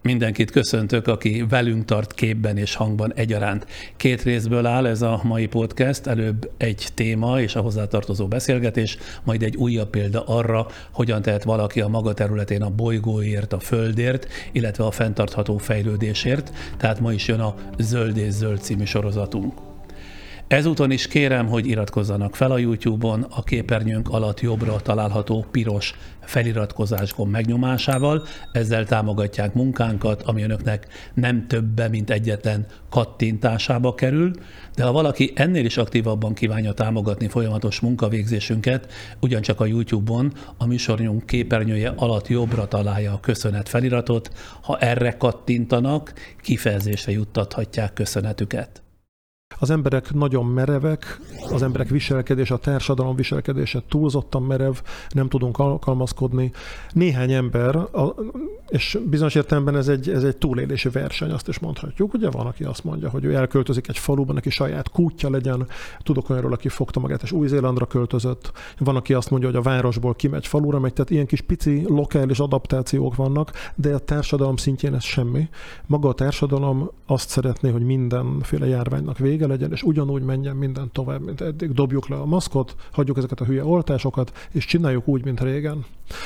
Mindenkit köszöntök, aki velünk tart képben és hangban egyaránt. 2 részből áll ez a mai podcast, előbb egy téma és a hozzátartozó beszélgetés, majd egy újabb példa arra, hogyan tehet valaki a maga területén a bolygóért, a Földért, illetve a fenntartható fejlődésért, tehát ma is jön a Zöld és Zöld című sorozatunk. Ezúton is kérem, hogy iratkozzanak fel a YouTube-on, a képernyőnk alatt jobbra található piros feliratkozás gomb megnyomásával, ezzel támogatják munkánkat, ami önöknek nem többe, mint egyetlen kattintásába kerül, de ha valaki ennél is aktívabban kívánja támogatni folyamatos munkavégzésünket, ugyancsak a YouTube-on a műsorunk képernyője alatt jobbra találja a köszönet feliratot, ha erre kattintanak, kifejezésre juttathatják köszönetüket. Az emberek nagyon merevek, az emberek viselkedése, a társadalom viselkedése túlzottan merev, nem tudunk alkalmazkodni. Néhány ember, és bizonyos értelemben ez egy túlélési verseny, azt is mondhatjuk. Ugye van, aki azt mondja, hogy ő elköltözik egy faluba, neki saját kútja legyen. Tudok olyanról, aki fogta magát és Új-Zélandra költözött. Van, aki azt mondja, hogy a városból kimegy falura megy, tehát ilyen kis pici lokális adaptációk vannak, de a társadalom szintjén ez semmi. Maga a társadalom azt szeretné, hogy mindenféle járványnak vége legyen, és ugyanúgy menjen minden tovább, mint eddig. Dobjuk le a maszkot, hagyjuk ezeket a hülye oltásokat, és csináljuk úgy, mint régen.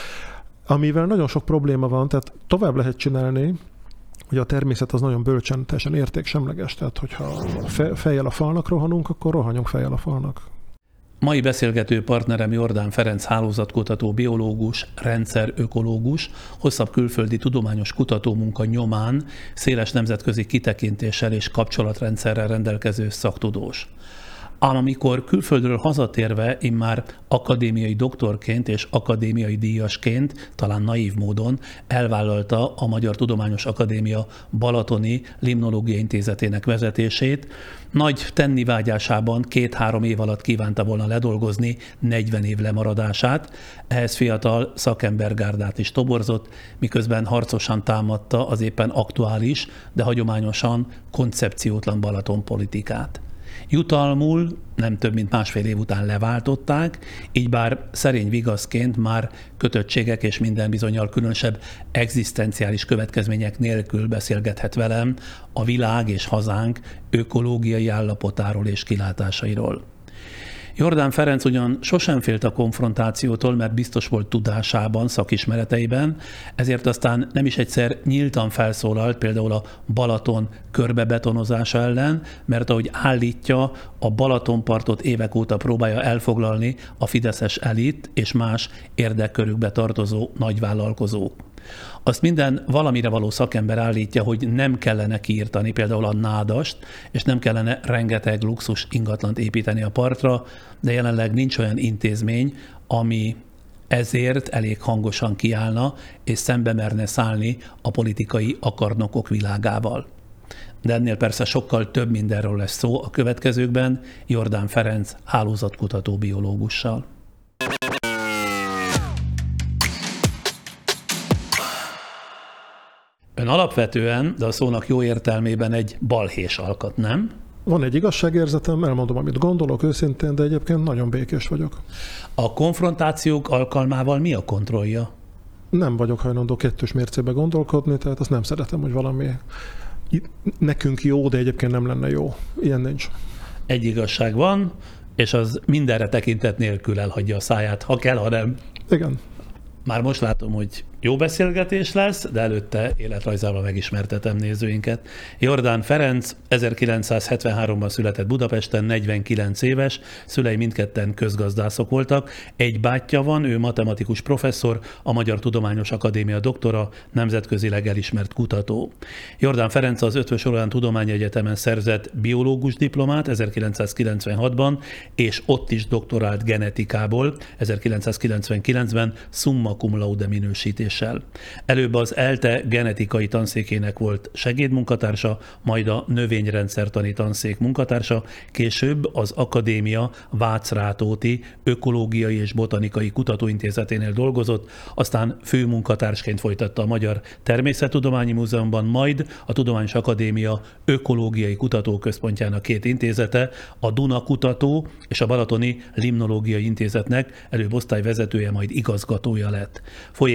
Amivel nagyon sok probléma van, tehát tovább lehet csinálni, hogy a természet az nagyon bölcsen, teljesen értéksemleges, tehát hogyha fejjel a falnak rohanunk, akkor rohanjunk fejjel a falnak. Mai beszélgető partnerem Jordán Ferenc hálózatkutató, biológus, rendszerökológus, hosszabb külföldi tudományos kutatómunka nyomán széles nemzetközi kitekintéssel és kapcsolatrendszerrel rendelkező szaktudós. Ám amikor külföldről hazatérve immár akadémiai doktorként és akadémiai díjasként, talán naív módon elvállalta a Magyar Tudományos Akadémia Balatoni Limnológiai Intézetének vezetését, nagy tennivágyásában 2-3 év alatt kívánta volna ledolgozni 40 év lemaradását, ehhez fiatal szakembergárdát is toborzott, miközben harcosan támadta az éppen aktuális, de hagyományosan koncepciótlan Balaton politikát. Jutalmul nem több mint 1,5 év után leváltották, így bár szerény vigaszként már kötöttségek és minden bizonnyal különösebb egzisztenciális következmények nélkül beszélgethet velem a világ és hazánk ökológiai állapotáról és kilátásairól. Jordán Ferenc ugyan sosem félt a konfrontációtól, mert biztos volt tudásában, szakismereteiben, ezért aztán nem is egyszer nyíltan felszólalt például a Balaton körbebetonozása ellen, mert ahogy állítja, a Balatonpartot évek óta próbálja elfoglalni a fideszes elit és más érdekkörükbe tartozó nagyvállalkozók. Azt minden valamire való szakember állítja, hogy nem kellene kiirtani például a nádast, és nem kellene rengeteg luxus ingatlant építeni a partra, de jelenleg nincs olyan intézmény, ami ezért elég hangosan kiállna, és szembe merne szállni a politikai akarnokok világával. De ennél persze sokkal több mindenről lesz szó a következőkben Jordán Ferenc hálózatkutató biológussal. Ön alapvetően, de a szónak jó értelmében egy balhés alkat, nem? Van egy igazságérzetem, elmondom, amit gondolok őszintén, de egyébként nagyon békés vagyok. A konfrontációk alkalmával mi a kontrollja? Nem vagyok hajlandó 2-ös mércébe gondolkodni, tehát azt nem szeretem, hogy valami nekünk jó, de egyébként nem lenne jó. Ilyen nincs. Egy igazság van, és az mindenre tekintet nélkül elhagyja a száját, ha kell, ha nem. Igen. Már most látom, hogy jó beszélgetés lesz, de előtte életrajzával megismertetem nézőinket. Jordán Ferenc 1973-ban született Budapesten, 49 éves, szülei mindketten közgazdászok voltak. Egy bátyja van, ő matematikus professzor, a Magyar Tudományos Akadémia doktora, nemzetközileg elismert kutató. Jordán Ferenc az Eötvös Loránd Tudományegyetemen szerzett biológus diplomát 1996-ban, és ott is doktorált genetikából 1999-ben summa cum laude minősítés. Előbb az ELTE genetikai tanszékének volt segédmunkatársa, majd a növényrendszertani tanszék munkatársa, később az akadémia Vácz-Rátóti Ökológiai és Botanikai Kutatóintézeténél dolgozott, aztán főmunkatársként folytatta a Magyar Természettudományi Múzeumban, majd a Tudományos Akadémia Ökológiai Kutatóközpontjának 2 intézete, a Duna Kutató és a Balatoni Limnológiai Intézetnek előbb osztályvezetője, majd igazgatója lett. Folyékonyan beszél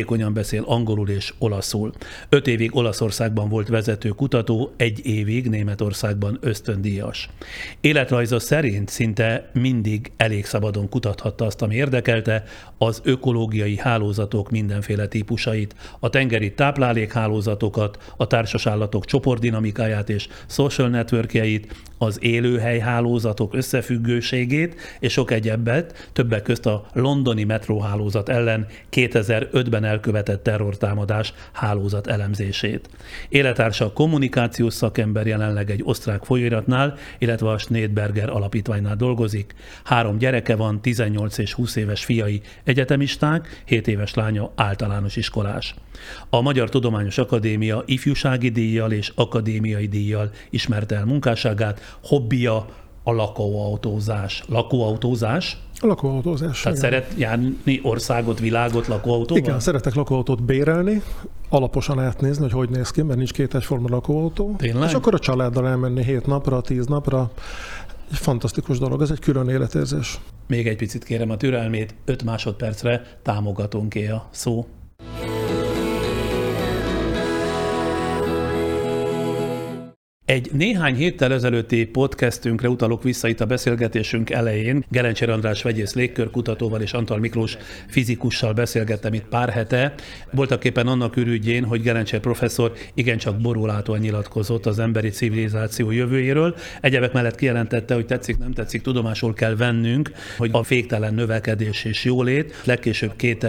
beszél angolul és olaszul. 5 évig Olaszországban volt vezető kutató, 1 évig Németországban ösztöndíjas. Életrajza szerint szinte mindig elég szabadon kutathatta azt, ami érdekelte, az ökológiai hálózatok mindenféle típusait, a tengeri táplálékhálózatokat, a társasállatok csoportdinamikáját és social networkjeit, az élőhely hálózatok összefüggőségét és sok egyebet, többek közt a londoni metróhálózat ellen 2005-ben elkövetett terrortámadás hálózat elemzését. Élettársa kommunikációs szakember, jelenleg egy osztrák folyóiratnál, illetve a Schneidberger alapítványnál dolgozik. 3 gyereke van, 18 és 20 éves fiai egyetemisták, 7 éves lánya általános iskolás. A Magyar Tudományos Akadémia ifjúsági díjjal és akadémiai díjjal ismerte el munkásságát, hobbija a lakóautózás. Lakóautózás? A lakóautózás. Tehát igen. Szeret járni országot, világot lakóautóval? Igen, szeretek lakóautót bérelni, alaposan átnézni, hogy néz ki, mert nincs 2 egyforma lakóautó. Tényleg? És akkor a családdal elmenni 7 napra, 10 napra. Egy fantasztikus dolog, ez egy külön életérzés. Még egy picit kérem a türelmét, 5 másodpercre támogatónké a szó. Egy néhány héttel ezelőtti podcastünkre utalok vissza itt a beszélgetésünk elején. Gelencsér András vegyész légkörkutatóval és Antal Miklós fizikussal beszélgettem itt pár hete. Voltaképpen annak ürügyén, hogy Gelencsér professzor igencsak borulátóan nyilatkozott az emberi civilizáció jövőjéről. Egyebek mellett kijelentette, hogy tetszik, nem tetszik, tudomásul kell vennünk, hogy a féktelen növekedés és jólét legkésőbb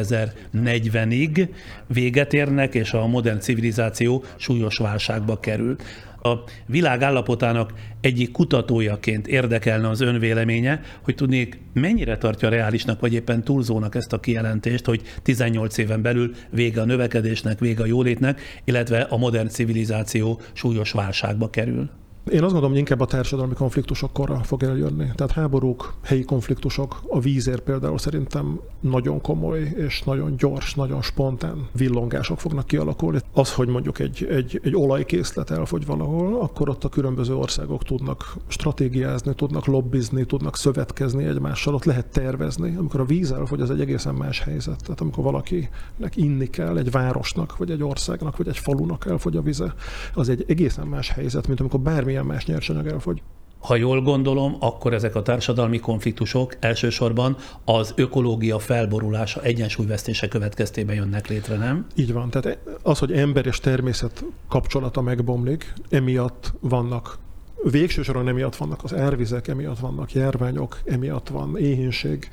2040-ig véget érnek, és a modern civilizáció súlyos válságba kerül. A világ állapotának egyik kutatójaként érdekelne az ön véleménye, hogy tudnék, mennyire tartja reálisnak, vagy éppen túlzónak ezt a kijelentést, hogy 18 éven belül vége a növekedésnek, vége a jólétnek, illetve a modern civilizáció súlyos válságba kerül. Én azt gondolom, hogy inkább a társadalmi konfliktusokkorra fog eljönni. Tehát háborúk, helyi konfliktusok, a vízért például szerintem nagyon komoly és nagyon gyors, nagyon spontán villongások fognak kialakulni. Az, hogy mondjuk egy olajkészlet elfogy valahol, akkor ott a különböző országok tudnak stratégiázni, tudnak lobbizni, tudnak szövetkezni egymással, ott lehet tervezni. Amikor a víz elfogy, az egy egészen más helyzet. Tehát amikor valakinek inni kell, egy városnak, vagy egy országnak, vagy egy falunak elfogy a vize, az egy egészen más helyzet, mint amikor bármilyen más nyersanyag elfogy. Ha jól gondolom, akkor ezek a társadalmi konfliktusok elsősorban az ökológia felborulása, egyensúlyvesztése következtében jönnek létre, nem? Így van. Tehát az, hogy ember és természet kapcsolata megbomlik, emiatt vannak, végső soron emiatt vannak az árvizek, emiatt vannak járványok, emiatt van éhínség,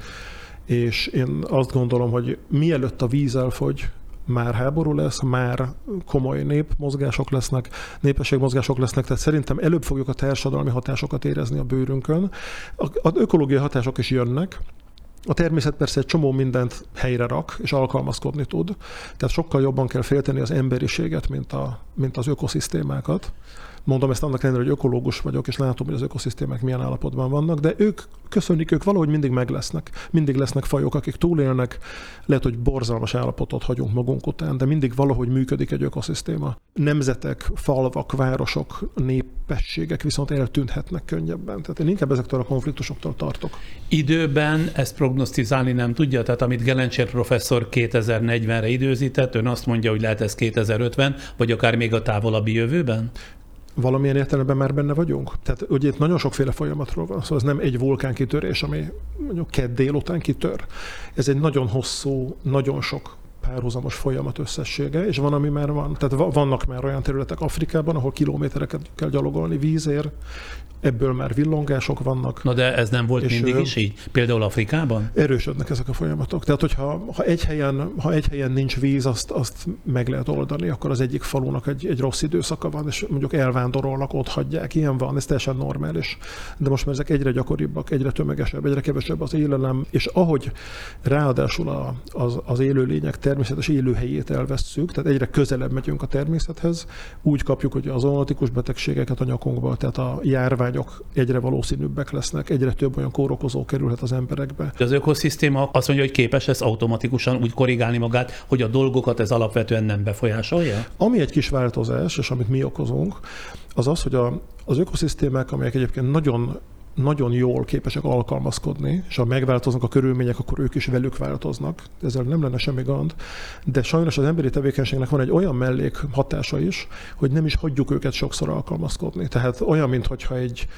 és én azt gondolom, hogy mielőtt a víz elfogy, már háború lesz, már komoly népmozgások lesznek, népességmozgások lesznek, tehát szerintem előbb fogjuk a társadalmi hatásokat érezni a bőrünkön. Az ökológiai hatások is jönnek, a természet persze egy csomó mindent helyre rak, és alkalmazkodni tud, tehát sokkal jobban kell félteni az emberiséget, mint az ökoszisztémákat. Mondom ezt annak ellenére, hogy ökológus vagyok, és látom, hogy az ökoszisztémák milyen állapotban vannak, de ők valahogy mindig meg lesznek. Mindig lesznek fajok, akik túlélnek, lehet, hogy borzalmas állapotot hagyunk magunk után, de mindig valahogy működik egy ökoszisztéma. Nemzetek, falvak, városok, népességek viszont eltűnhetnek könnyebben. Tehát én inkább ezektől a konfliktusoktól tartok. Időben ezt prognosztizálni nem tudja, tehát amit Gelencsér professzor 2040-re időzített, ön azt mondja, hogy lehet ez 2050, vagy akár még a távolabbi jövőben? Valamilyen értelemben már benne vagyunk. Tehát ugye itt nagyon sokféle folyamatról van, szóval ez nem egy vulkánkitörés, ami mondjuk kedd délután kitör. Ez egy nagyon hosszú, nagyon sok párhuzamos folyamat összessége, és van, ami már van. Tehát vannak már olyan területek Afrikában, ahol kilométereket kell gyalogolni vízért, ebből már villongások vannak. Na de ez nem volt mindig is így? Például Afrikában? Erősödnek ezek a folyamatok. Tehát, hogyha egy helyen nincs víz, azt meg lehet oldani, akkor az egyik falunak egy rossz időszaka van, és mondjuk elvándorolnak, ott hagyják. Ilyen van, ez teljesen normális. De most már ezek egyre gyakoribbak, egyre tömegesebb, egyre kevesebb az élelem, és ahogy ráadásul az élőlények természetes élőhelyét elvesszük, tehát egyre közelebb megyünk a természethez, úgy kapjuk, hogy az zoonótikus betegségeket a nyakunkba, tehát a járványok egyre valószínűbbek lesznek, egyre több olyan kórokozó kerülhet az emberekbe. Az ökoszisztéma azt mondja, hogy képes lesz automatikusan úgy korrigálni magát, hogy a dolgokat ez alapvetően nem befolyásolja? Ami egy kis változás, és amit mi okozunk, az az, hogy az ökoszisztémák, amelyek egyébként nagyon nagyon jól képesek alkalmazkodni, és ha megváltoznak a körülmények, akkor ők is velük változnak. Ezzel nem lenne semmi gond. De sajnos az emberi tevékenységnek van egy olyan mellék hatása is, hogy nem is hagyjuk őket sokszor alkalmazkodni. Tehát olyan, mintha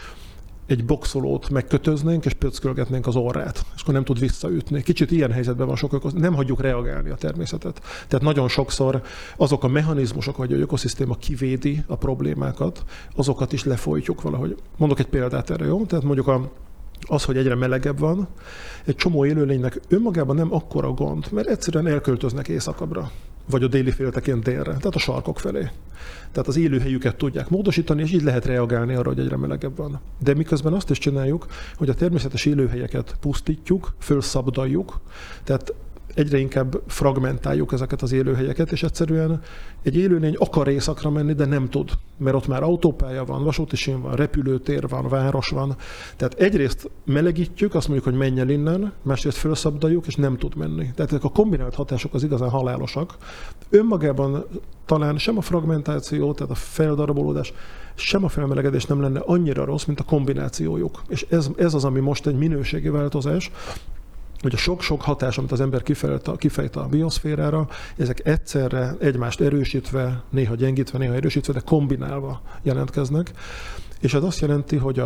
egy boxolót megkötöznénk, és pöckölgetnénk az orrát, és akkor nem tud visszaütni. Kicsit ilyen helyzetben van sok nem hagyjuk reagálni a természetet. Tehát nagyon sokszor azok a mechanizmusok, hogy a ökoszisztéma kivédi a problémákat, azokat is lefolytjuk valahogy. Mondok egy példát erre, jó? Tehát mondjuk az, hogy egyre melegebb van, egy csomó élőlénynek önmagában nem akkora gond, mert egyszerűen elköltöznek északabbra, vagy a déli féltekén délre, tehát a sarkok felé. Tehát az élőhelyüket tudják módosítani, és így lehet reagálni arra, hogy egyre melegebb van. De miközben azt is csináljuk, hogy a természetes élőhelyeket pusztítjuk, fölszabdaljuk, tehát egyre inkább fragmentáljuk ezeket az élőhelyeket, és egyszerűen egy élőlény akar északra menni, de nem tud, mert ott már autópálya van, vasúti sín van, repülőtér van, város van. Tehát egyrészt melegítjük, azt mondjuk, hogy menj el innen, másrészt felszabdaljuk, és nem tud menni. Tehát ezek a kombinált hatások az igazán halálosak. Önmagában talán sem a fragmentáció, tehát a feldarabolódás, sem a felmelegedés nem lenne annyira rossz, mint a kombinációjuk. És ez az, ami most egy minőségi változás, hogy a sok-sok hatás, amit az ember kifejt a bioszférára, ezek egyszerre egymást erősítve, néha gyengítve, néha erősítve, de kombinálva jelentkeznek. És ez azt jelenti, hogy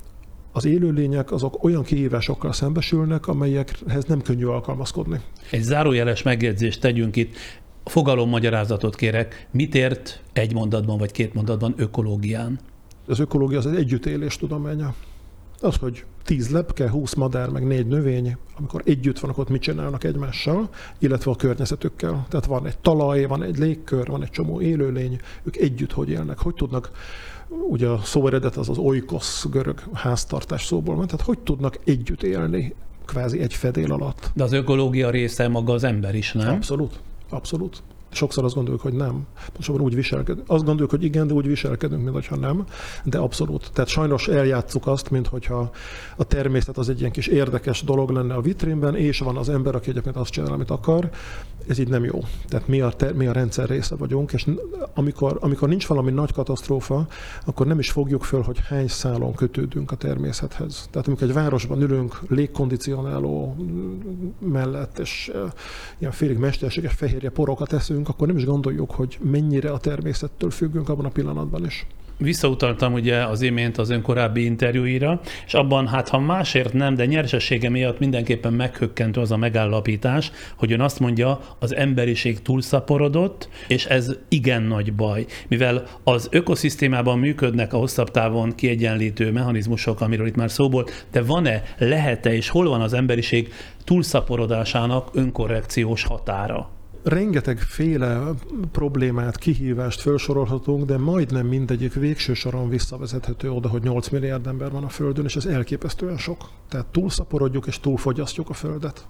az élőlények azok olyan kihívásokkal szembesülnek, amelyekhez nem könnyű alkalmazkodni. Egy zárójeles megjegyzést tegyünk itt. Fogalommagyarázatot kérek. Mit ért egy mondatban vagy két mondatban ökológián? Az ökológia az egy együttélés tudománya. Az, hogy 10 lepke, 20 madár, meg 4 növény, amikor együtt vannak, ott mit csinálnak egymással, illetve a környezetükkel. Tehát van egy talaj, van egy légkör, van egy csomó élőlény, ők együtt hogy élnek, hogy tudnak, ugye a szó eredet az oikosz görög háztartás szóból van, tehát hogy tudnak együtt élni kvázi egy fedél alatt. De az ökológia része maga az ember is, nem? Abszolút, abszolút. Sokszor azt gondoljuk, hogy nem. Sokszor úgy viselkedünk. Azt gondoljuk, hogy igen, de úgy viselkedünk, mintha nem. De abszolút. Tehát sajnos eljátsszuk azt, mintha a természet az egy ilyen kis érdekes dolog lenne a vitrínben, és van az ember, aki egyébként azt csinál, amit akar. Ez így nem jó. Tehát mi a rendszer része vagyunk, és amikor nincs valami nagy katasztrófa, akkor nem is fogjuk föl, hogy hány szálon kötődünk a természethez. Tehát amikor egy városban ülünk légkondicionáló mellett, és ilyen félig mesterséges fehérje porokat eszünk, akkor nem is gondoljuk, hogy mennyire a természettől függünk abban a pillanatban is. Visszautaltam ugye az imént az ön korábbi interjúira, és abban, hát ha másért nem, de nyersessége miatt mindenképpen meghökkentő az a megállapítás, hogy ön azt mondja, az emberiség túlszaporodott, és ez igen nagy baj. Mivel az ökoszisztémában működnek a hosszabb távon kiegyenlítő mechanizmusok, amiről itt már szó volt, de van-e, lehet-e és hol van az emberiség túlszaporodásának önkorrekciós határa? Rengetegféle problémát, kihívást felsorolhatunk, de majdnem mindegyik végső soron visszavezethető oda, hogy 8 milliárd ember van a Földön, és ez elképesztően sok. Tehát túlszaporodjuk és túlfogyasztjuk a Földet.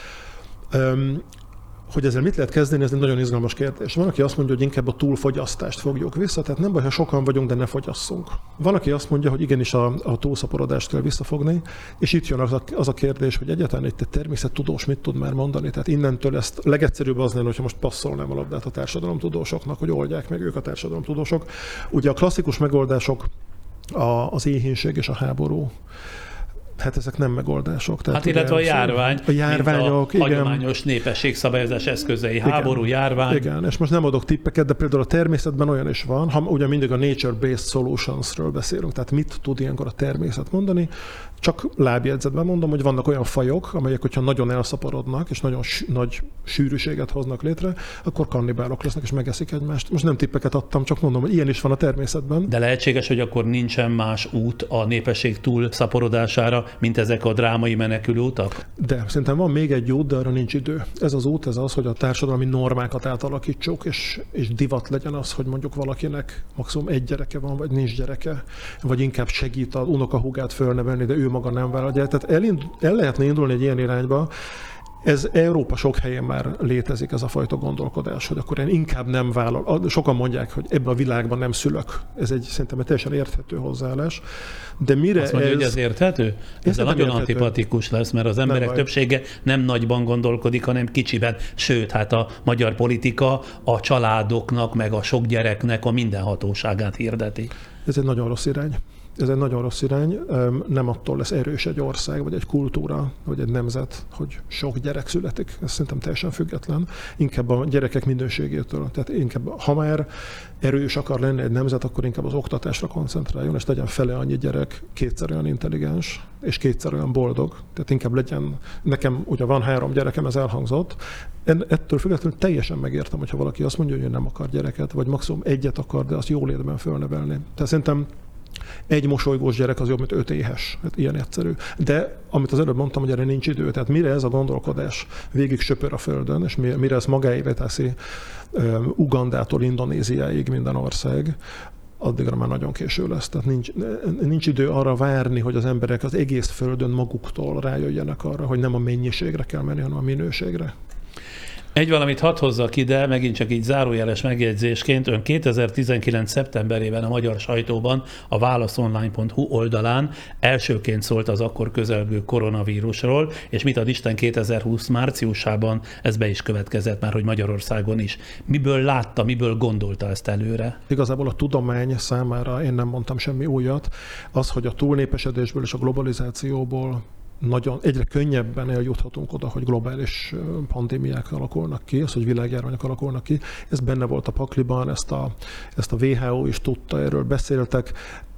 Hogy ezzel mit lehet kezdeni, ez egy nagyon izgalmas kérdés. Van, aki azt mondja, hogy inkább a túlfogyasztást fogjuk vissza, tehát nem baj, ha sokan vagyunk, de ne fogyasszunk. Van, aki azt mondja, hogy igenis a túlszaporodást kell visszafogni, és itt jön az a kérdés, hogy egyáltalán egy természettudós mit tud már mondani. Tehát innentől ezt legegyszerűbb az lenne, hogyha most passzolnám a labdát a társadalomtudósoknak, hogy oldják meg ők a társadalomtudósok. Ugye a klasszikus megoldások az éhínség és a háború. Hát ezek nem megoldások. Tehát hát illetve a járvány, a járványok, mint a hagyományos népességszabályozás eszközei, háború, járvány. Igen, és most nem adok tippeket, de például a természetben olyan is van, ha ugye mindig a nature-based solutionsről beszélünk, tehát mit tud ilyenkor a természet mondani, csak lábjegyzetben mondom, hogy vannak olyan fajok, amelyek, hogyha nagyon elszaporodnak, és nagyon nagy sűrűséget hoznak létre, akkor kannibálok lesznek, és megeszik egymást. Most nem tippeket adtam, csak mondom, hogy ilyen is van a természetben. De lehetséges, hogy akkor nincsen más út a népesség túlszaporodására, mint ezek a drámai menekülőutak? De szerintem van még egy út, de arra nincs idő. Ez az út, ez az, hogy a társadalmi normákat átalakítsuk, és divat legyen az, hogy mondjuk valakinek maximum egy gyereke van, vagy nincs gyereke, vagy inkább segít az unokahúgát fölnevelni, de ő maga nem vállalja. Tehát el lehetne indulni egy ilyen irányba. Ez Európa sok helyen már létezik, ez a fajta gondolkodás, hogy akkor én inkább nem vállal. Sokan mondják, hogy ebben a világban nem szülök. Ez szerintem egy teljesen érthető hozzáállás. De mire azt mondja, hogy ez érthető? Ez nagyon antipatikus lesz, mert az emberek többsége nem nagyban gondolkodik, hanem kicsiben. Sőt, hát a magyar politika a családoknak, meg a sok gyereknek a mindenhatóságát hirdeti. Ez egy nagyon rossz irány. Ez egy nagyon rossz irány. Nem attól lesz erős egy ország, vagy egy kultúra, vagy egy nemzet, hogy sok gyerek születik. Ez szerintem teljesen független. Inkább a gyerekek minőségétől. Tehát inkább, ha már erős akar lenni egy nemzet, akkor inkább az oktatásra koncentráljon, és legyen fele annyi gyerek kétszer olyan intelligens, és kétszer olyan boldog. Tehát inkább legyen, nekem ugye van 3 gyerekem, ez elhangzott. Ettől függetlenül teljesen megértem, hogyha valaki azt mondja, hogy nem akar gyereket, vagy maximum egyet akar, de azt jólétben fölnevelni. Tehát szerintem egy mosolygós gyerek az jobb, mint 5 éhes. Hát ilyen egyszerű. De amit az előbb mondtam, hogy erre nincs idő. Tehát mire ez a gondolkodás végig söpör a földön, és mire ez magáévé teszi Ugandától Indonéziáig minden ország, addigra már nagyon késő lesz. Tehát nincs idő arra várni, hogy az emberek az egész földön maguktól rájöjjenek arra, hogy nem a mennyiségre kell menni, hanem a minőségre. Egy valamit hadd hozzak ide, megint csak így zárójeles megjegyzésként, ön 2019. szeptemberében a magyar sajtóban, a válaszonline.hu oldalán elsőként szólt az akkor közelgő koronavírusról, és mit ad Isten 2020 márciusában ez be is következett már, hogy Magyarországon is. Miből látta, miből gondolta ezt előre? Igazából a tudomány számára én nem mondtam semmi újat. Az, hogy a túlnépesedésből és a globalizációból nagyon egyre könnyebben eljuthatunk oda, hogy globális pandémiák alakulnak ki, az, hogy világjárványok alakulnak ki. Ez benne volt a pakliban, ezt a WHO is tudta, erről beszéltek.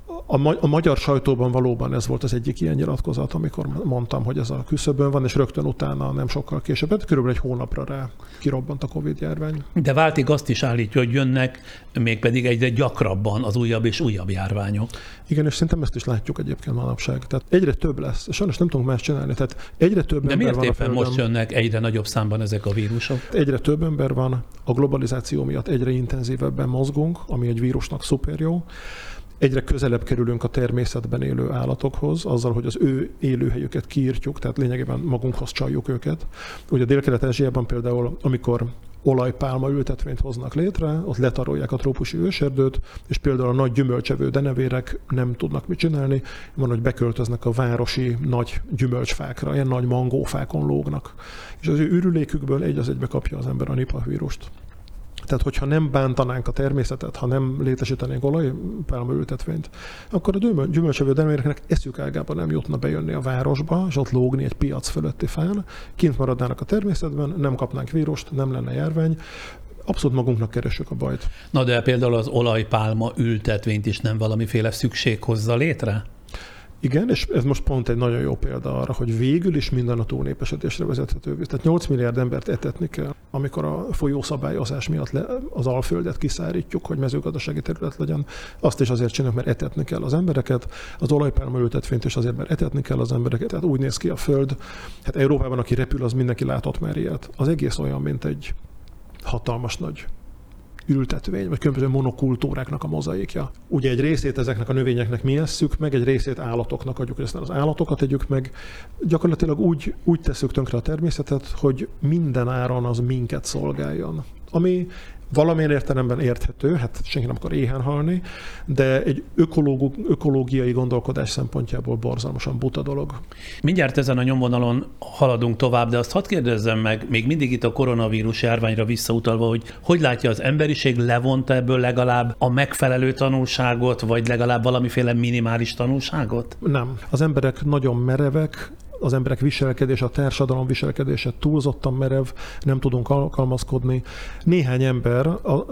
A magyar sajtóban valóban ez volt az egyik ilyen nyilatkozat, amikor mondtam, hogy ez a küszöbön van, és rögtön utána nem sokkal később, hát körülbelül egy hónapra rá kirobbant a Covid-járvány. De Váltig azt is állítja, hogy jönnek mégpedig egyre gyakrabban az újabb és újabb járványok. Igen, és szerintem ezt is látjuk egyébként manapság. Tehát egyre több lesz. Sajnos nem tudunk más csinálni. Tehát egyre több ember van a miért földön. éppen most jönnek egyre nagyobb számban ezek a vírusok? Egyre több ember van, a globalizáció miatt egyre intenzívebben mozgunk, ami egy vírusnak szuper jó. Egyre közelebb kerülünk a természetben élő állatokhoz, azzal, hogy az ő élőhelyüket kiírtjuk, tehát lényegében magunkhoz csaljuk őket. Ugye Dél-Kelet-Ázsiában például, amikor olajpálma ültetvényt hoznak létre, ott letarolják a trópusi őserdőt, és például a nagy gyümölcsevő denevérek nem tudnak mit csinálni. Van, hogy beköltöznek a városi nagy gyümölcsfákra, ilyen nagy mangófákon lógnak. És az ő ürülékükből egy az egybe kapja az ember a Nipah vírust. Tehát, hogyha nem bántanánk a természetet, ha nem létesítenénk olajpálmaültetvényt, akkor a gyümölcsevő denevéreknek eszük ágában nem jutna bejönni a városba, és ott lógni egy piac fölötti fán, kint maradnának a természetben, nem kapnánk vírust, nem lenne járvány, abszolút magunknak keressük a bajt. Na de például az olajpálma ültetvényt is nem valamiféle szükség hozza létre? Igen, és ez most pont egy nagyon jó példa arra, hogy végül is minden a túlnépesedésre vezethető. Tehát 8 milliárd embert etetni kell, amikor a folyószabályozás miatt az Alföldet kiszárítjuk, hogy mezőgazdasági terület legyen. Azt is azért csináljuk, mert etetni kell az embereket, az olajpálma ültetvényt is azért, mert etetni kell az embereket. Tehát úgy néz ki a Föld. Hát Európában, aki repül, az mindenki látott már ilyet. Az egész olyan, mint egy hatalmas nagy ültetvény, vagy különböző monokultúráknak a mozaikja. Ugye egy részét ezeknek a növényeknek mi esszük meg, egy részét állatoknak adjuk, és aztán az állatokat tegyük meg. Gyakorlatilag úgy tesszük tönkre a természetet, hogy minden áron az minket szolgáljon. Ami valamilyen értelemben érthető, hát senki nem akar éhen halni, de egy ökológiai gondolkodás szempontjából borzalmasan buta dolog. Mindjárt ezen a nyomvonalon haladunk tovább, de azt hadd kérdezzem meg, még mindig itt a koronavírus járványra visszautalva, hogy látja az emberiség, levonta ebből legalább a megfelelő tanulságot, vagy legalább valamiféle minimális tanulságot? Nem. Az emberek nagyon merevek, az emberek viselkedése, a társadalom viselkedése túlzottan merev, nem tudunk alkalmazkodni. Néhány ember,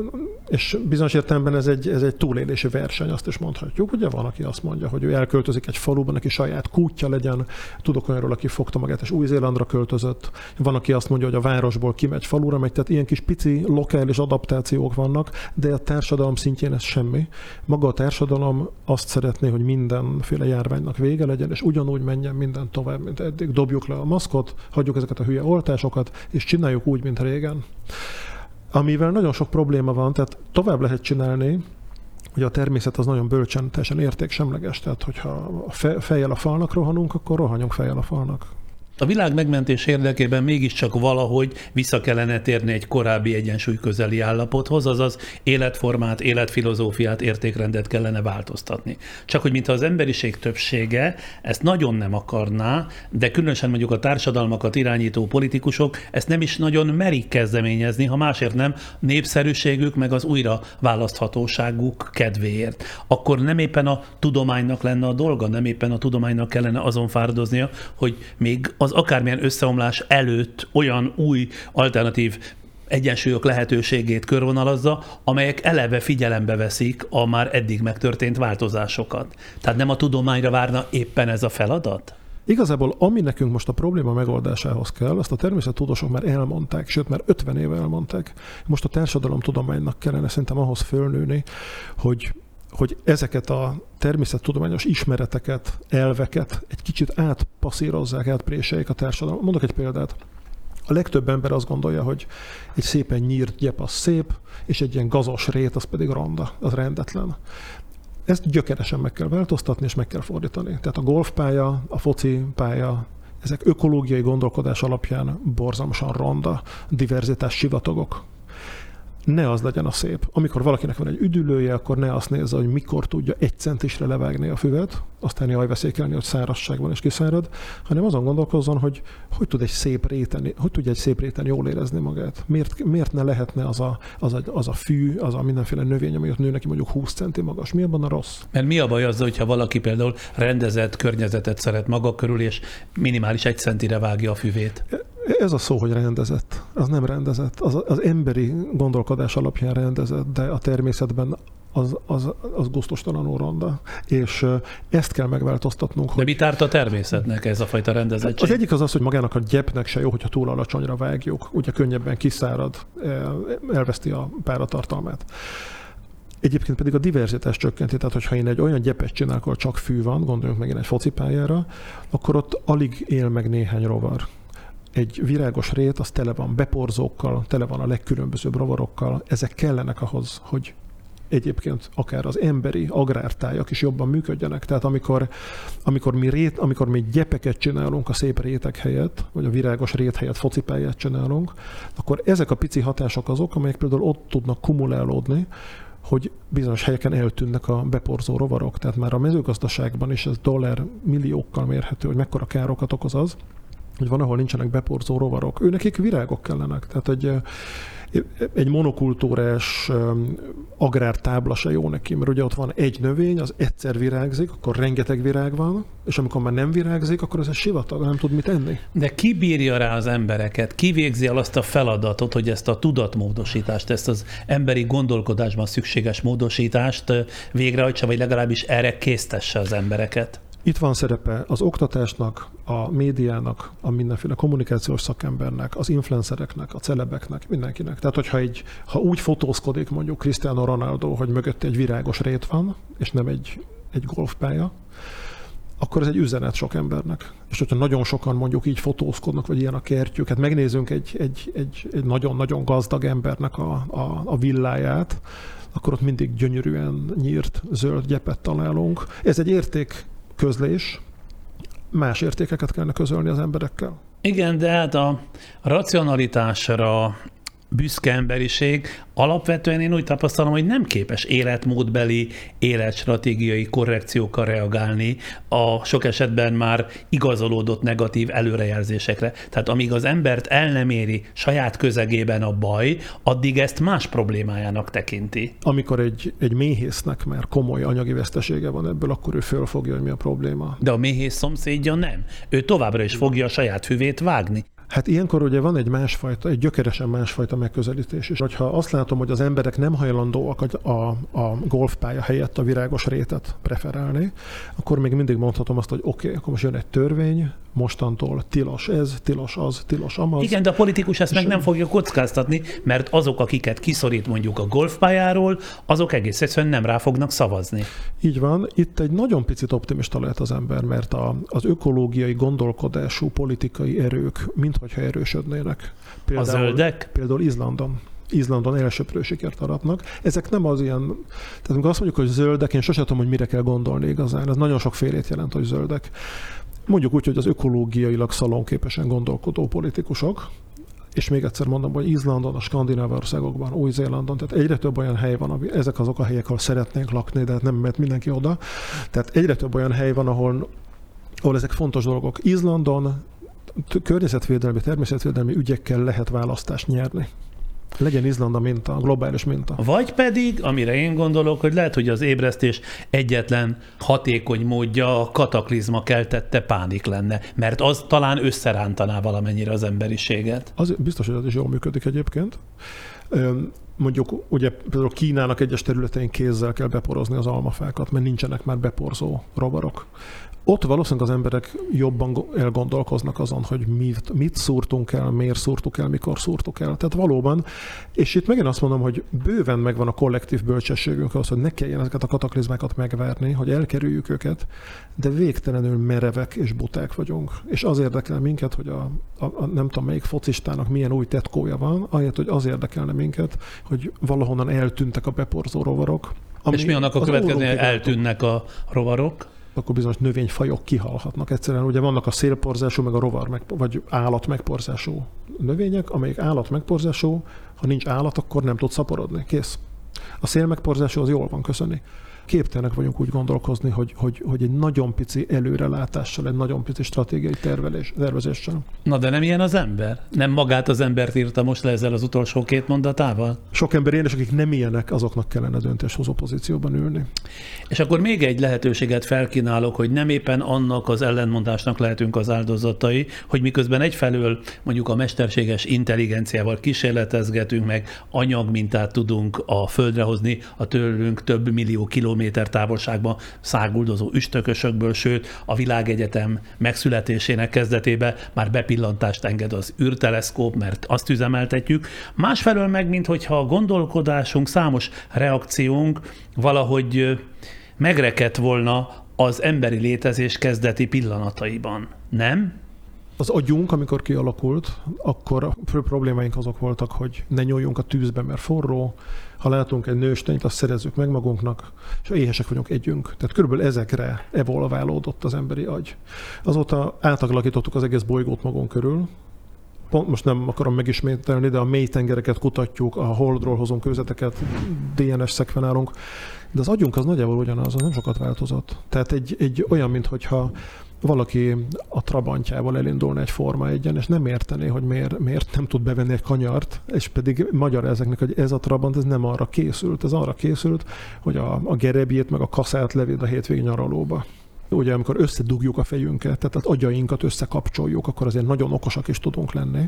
és bizonyos értelemben ez egy túlélési verseny, azt is mondhatjuk. Ugye van, aki azt mondja, hogy ő elköltözik egy faluban, neki saját kútja legyen. Tudok olyanról, aki fogta magát és Új-Zélandra költözött. Van, aki azt mondja, hogy a városból kimegy falura megy, tehát ilyen kis pici lokális adaptációk vannak, de a társadalom szintjén ez semmi. Maga a társadalom azt szeretné, hogy mindenféle járványnak vége legyen, és ugyanúgy menjen minden tovább, mint eddig. Dobjuk le a maszkot, hagyjuk ezeket a hülye oltásokat, és csináljuk úgy, mint régen. Amivel nagyon sok probléma van, tehát tovább lehet csinálni, hogy a természet az nagyon bölcsen, teljesen értéksemleges, tehát hogyha fejjel a falnak rohanunk, akkor rohanjunk fejjel a falnak. A világ megmentés érdekében mégiscsak valahogy vissza kellene térni egy korábbi egyensúly közeli állapothoz, azaz életformát, életfilozófiát, értékrendet kellene változtatni. Csak hogy mintha az emberiség többsége ezt nagyon nem akarná, de különösen mondjuk a társadalmakat irányító politikusok ezt nem is nagyon merik kezdeményezni, ha másért nem népszerűségük meg az újra választhatóságuk kedvéért. Akkor nem éppen a tudománynak lenne a dolga, nem éppen a tudománynak kellene azon fáradoznia, hogy még az akármilyen összeomlás előtt olyan új alternatív egyensúlyok lehetőségét körvonalazza, amelyek eleve figyelembe veszik a már eddig megtörtént változásokat. Tehát nem a tudományra várna éppen ez a feladat? Igazából ami nekünk most a probléma megoldásához kell, azt a természettudósok már elmondták, sőt már 50 éve elmondták. Most a társadalomtudománynak kellene szerintem ahhoz fölnőni, hogy ezeket a természettudományos ismereteket, elveket egy kicsit átpasszírozzák, átpréseljék a társadalom. Mondok egy példát. A legtöbb ember azt gondolja, hogy egy szépen nyírt gyep az szép, és egy ilyen gazos rét az pedig ronda, az rendetlen. Ezt gyökeresen meg kell változtatni, és meg kell fordítani. Tehát a golfpálya, a focipálya, ezek ökológiai gondolkodás alapján borzalmasan ronda, diverzitás sivatagok. Ne az legyen a szép. Amikor valakinek van egy üdülője, akkor ne azt nézze, hogy mikor tudja 1 centisre levágni a füvet, aztán jaj veszékelni, hogy szárazság van és kiszárad, hanem azon gondolkozzon, hogy tud egy szép réten jól érezni magát. Miért ne lehetne az a fű, az a mindenféle növény, ami ott nő neki mondjuk 20 centi magas? Mi abban a rossz? Mert mi a baj azzal, hogyha valaki például rendezett környezetet szeret maga körül, és minimális 1 centire vágja a füvét? Ez a szó, hogy rendezett. Az nem rendezett. Az emberi gondolkodás alapján rendezett, de a természetben az gusztustalanul ronda. És ezt kell megváltoztatnunk. De mit árt a természetnek ez a fajta rendezettség? Az egyik az, hogy magának a gyepnek se jó, hogyha túl alacsonyra vágjuk. Ugye könnyebben kiszárad, elveszti a páratartalmát. Egyébként pedig a diverzitás csökkenti, tehát hogyha én egy olyan gyepet csinálok, ahol csak fű van, gondoljunk megint egy focipályára, akkor ott alig él meg néhány rovar. Egy virágos rét, az tele van beporzókkal, tele van a legkülönbözőbb rovarokkal. Ezek kellenek ahhoz, hogy egyébként akár az emberi agrártájak is jobban működjenek. Tehát amikor mi gyepeket csinálunk a szép rétek helyett, vagy a virágos rét helyett focipályát csinálunk, akkor ezek a pici hatások azok, amelyek például ott tudnak kumulálódni, hogy bizonyos helyeken eltűnnek a beporzó rovarok. Tehát már a mezőgazdaságban is ez $milliókkal mérhető, hogy mekkora károkat okoz az, hogy van, ahol nincsenek beporzó rovarok. Nekik virágok kellenek. Tehát egy monokultúrás agrártábla se jó neki, mert ugye ott van egy növény, az egyszer virágzik, akkor rengeteg virág van, és amikor már nem virágzik, akkor ez egy sivatag, nem tud mit enni. De ki bírja rá az embereket? Ki végzi el azt a feladatot, hogy ezt a tudatmódosítást, ezt az emberi gondolkodásban szükséges módosítást végrehajtsa, vagy legalábbis erre késztesse az embereket? Itt van szerepe az oktatásnak, a médiának, a mindenféle kommunikációs szakembernek, az influencereknek, a celebeknek, mindenkinek. Tehát, ha úgy fotózkodik mondjuk Cristiano Ronaldo, hogy mögötte egy virágos rét van, és nem egy golfpálya, akkor ez egy üzenet sok embernek. És hogyha nagyon sokan mondjuk így fotózkodnak, vagy ilyen a kertjük, hát megnézzünk egy nagyon-nagyon gazdag embernek a villáját, akkor ott mindig gyönyörűen nyírt zöld gyepet találunk. Ez egy értékközlés, más értékeket kellene közölni az emberekkel. Igen, de hát a racionalitásra büszke emberiség alapvetően én úgy tapasztalom, hogy nem képes életmódbeli, életstratégiai korrekciókkal reagálni a sok esetben már igazolódott negatív előrejelzésekre. Tehát amíg az embert el nem éri saját közegében a baj, addig ezt más problémájának tekinti. Amikor egy méhésznek már komoly anyagi vesztesége van ebből, akkor ő fölfogja, hogy mi a probléma. De a méhész szomszédja nem. Ő továbbra is fogja a saját füvét vágni. Hát ilyenkor ugye van egy gyökeresen másfajta megközelítés is. Ha azt látom, hogy az emberek nem hajlandóak a golfpálya helyett a virágos rétet preferálni, akkor még mindig mondhatom azt, hogy oké, akkor most jön egy törvény, mostantól tilos ez, tilos az, tilos amaz. Igen, de a politikus ezt meg nem fogja kockáztatni, mert azok, akiket kiszorít mondjuk a golfpályáról, azok egész egyszerűen nem rá fognak szavazni. Így van. Itt egy nagyon picit optimista lehet az ember, mert az ökológiai gondolkodású politikai erők minthogyha erősödnének. A zöldek? Például Izlandon elsöprő sikert aratnak. Ezek nem az ilyen, tehát amikor azt mondjuk, hogy zöldek, én sosem tudom, hogy mire kell gondolni igazán. Ez nagyon sok félét jelent, hogy zöldek. mondjuk úgy, hogy az ökológiailag szalonképesen gondolkodó politikusok, és még egyszer mondom, hogy Izlandon, a skandináv országokban, Új-Zélandon, tehát egyre több olyan hely van, ezek azok a helyek, ahol szeretnénk lakni, de nem mehet mindenki oda. Tehát egyre több olyan hely van, ahol ezek fontos dolgok. Izlandon környezetvédelmi, természetvédelmi ügyekkel lehet választást nyerni. Legyen Izland a minta, a globális minta. Vagy pedig, amire én gondolok, hogy lehet, hogy az ébresztés egyetlen hatékony módja a kataklizma keltette pánik lenne, mert az talán összerántaná valamennyire az emberiséget. Az biztos, hogy az is jól működik egyébként. Mondjuk ugye például Kínának egyes területein kézzel kell beporozni az almafákat, mert nincsenek már beporzó rovarok. Ott valószínűleg az emberek jobban elgondolkoznak azon, hogy mit szúrtunk el, miért szúrtuk el, mikor szúrtuk el. Tehát valóban, és itt megint azt mondom, hogy bőven megvan a kollektív bőcsességünk ahhoz, hogy ne kelljen ezeket a kataklizmákat megvárni, hogy elkerüljük őket, de végtelenül merevek és buták vagyunk. És az érdekel minket, hogy a nem tudom melyik focistának milyen új tetkója van, ahelyett, hogy az érdekelne minket, hogy valahonnan eltűntek a beporzó rovarok. És mi annak a következője, hogy eltűnnek a rovarok? Akkor bizonyos növényfajok kihalhatnak. Egyszerűen ugye vannak a szélporzású, meg a rovar, vagy állat megporzású növények, amelyik állat megporzású, ha nincs állat, akkor nem tud szaporodni. Kész. A szél megporzású az jól van, köszöni. Képtelenek vagyunk úgy gondolkozni, hogy egy nagyon pici előrelátással, egy nagyon pici stratégiai tervezéssel. Na de nem ilyen az ember? Nem magát az embert írta most le ezzel az utolsó két mondatával? Sok ember ilyen, és akik nem ilyenek, azoknak kellene döntéshozó pozícióban ülni. És akkor még egy lehetőséget felkínálok, hogy nem éppen annak az ellentmondásnak lehetünk az áldozatai, hogy miközben egyfelől mondjuk a mesterséges intelligenciával kísérletezgetünk, meg anyagmintát tudunk a földre hozni a tőlünk több millió kilométer távolságban száguldozó üstökösökből, sőt a világegyetem megszületésének kezdetébe már bepillantást enged az űrteleszkóp, mert azt üzemeltetjük. Másfelől meg, minthogyha a gondolkodásunk, számos reakciónk valahogy megrekedt volna az emberi létezés kezdeti pillanataiban. Nem? Az agyunk, amikor kialakult, akkor a fő problémáink azok voltak, hogy ne nyúljunk a tűzbe, mert forró, ha látunk egy nőstényt, azt szerezzük meg magunknak, és ha éhesek vagyunk, együnk. Tehát körülbelül ezekre evolválódott az emberi agy. Azóta átalakítottuk az egész bolygót magunk körül. Most nem akarom megismételni, de a mély tengereket kutatjuk, a holdról hozunk kőzeteket, DNS szekvenálunk, de az agyunk az nagyjából ugyanaz, az nem sokat változott. Tehát egy olyan, minthogyha valaki a trabantjával elindulna egy Forma 1-en, és nem értené, hogy miért nem tud bevenni egy kanyart, és pedig magyaráznak, hogy ez a trabant, ez nem arra készült. Ez arra készült, hogy a gerebjét meg a kaszát levéd a hétvégi nyaralóba. Ugye, amikor összedugjuk a fejünket, tehát az agyainkat összekapcsoljuk, akkor azért nagyon okosak is tudunk lenni.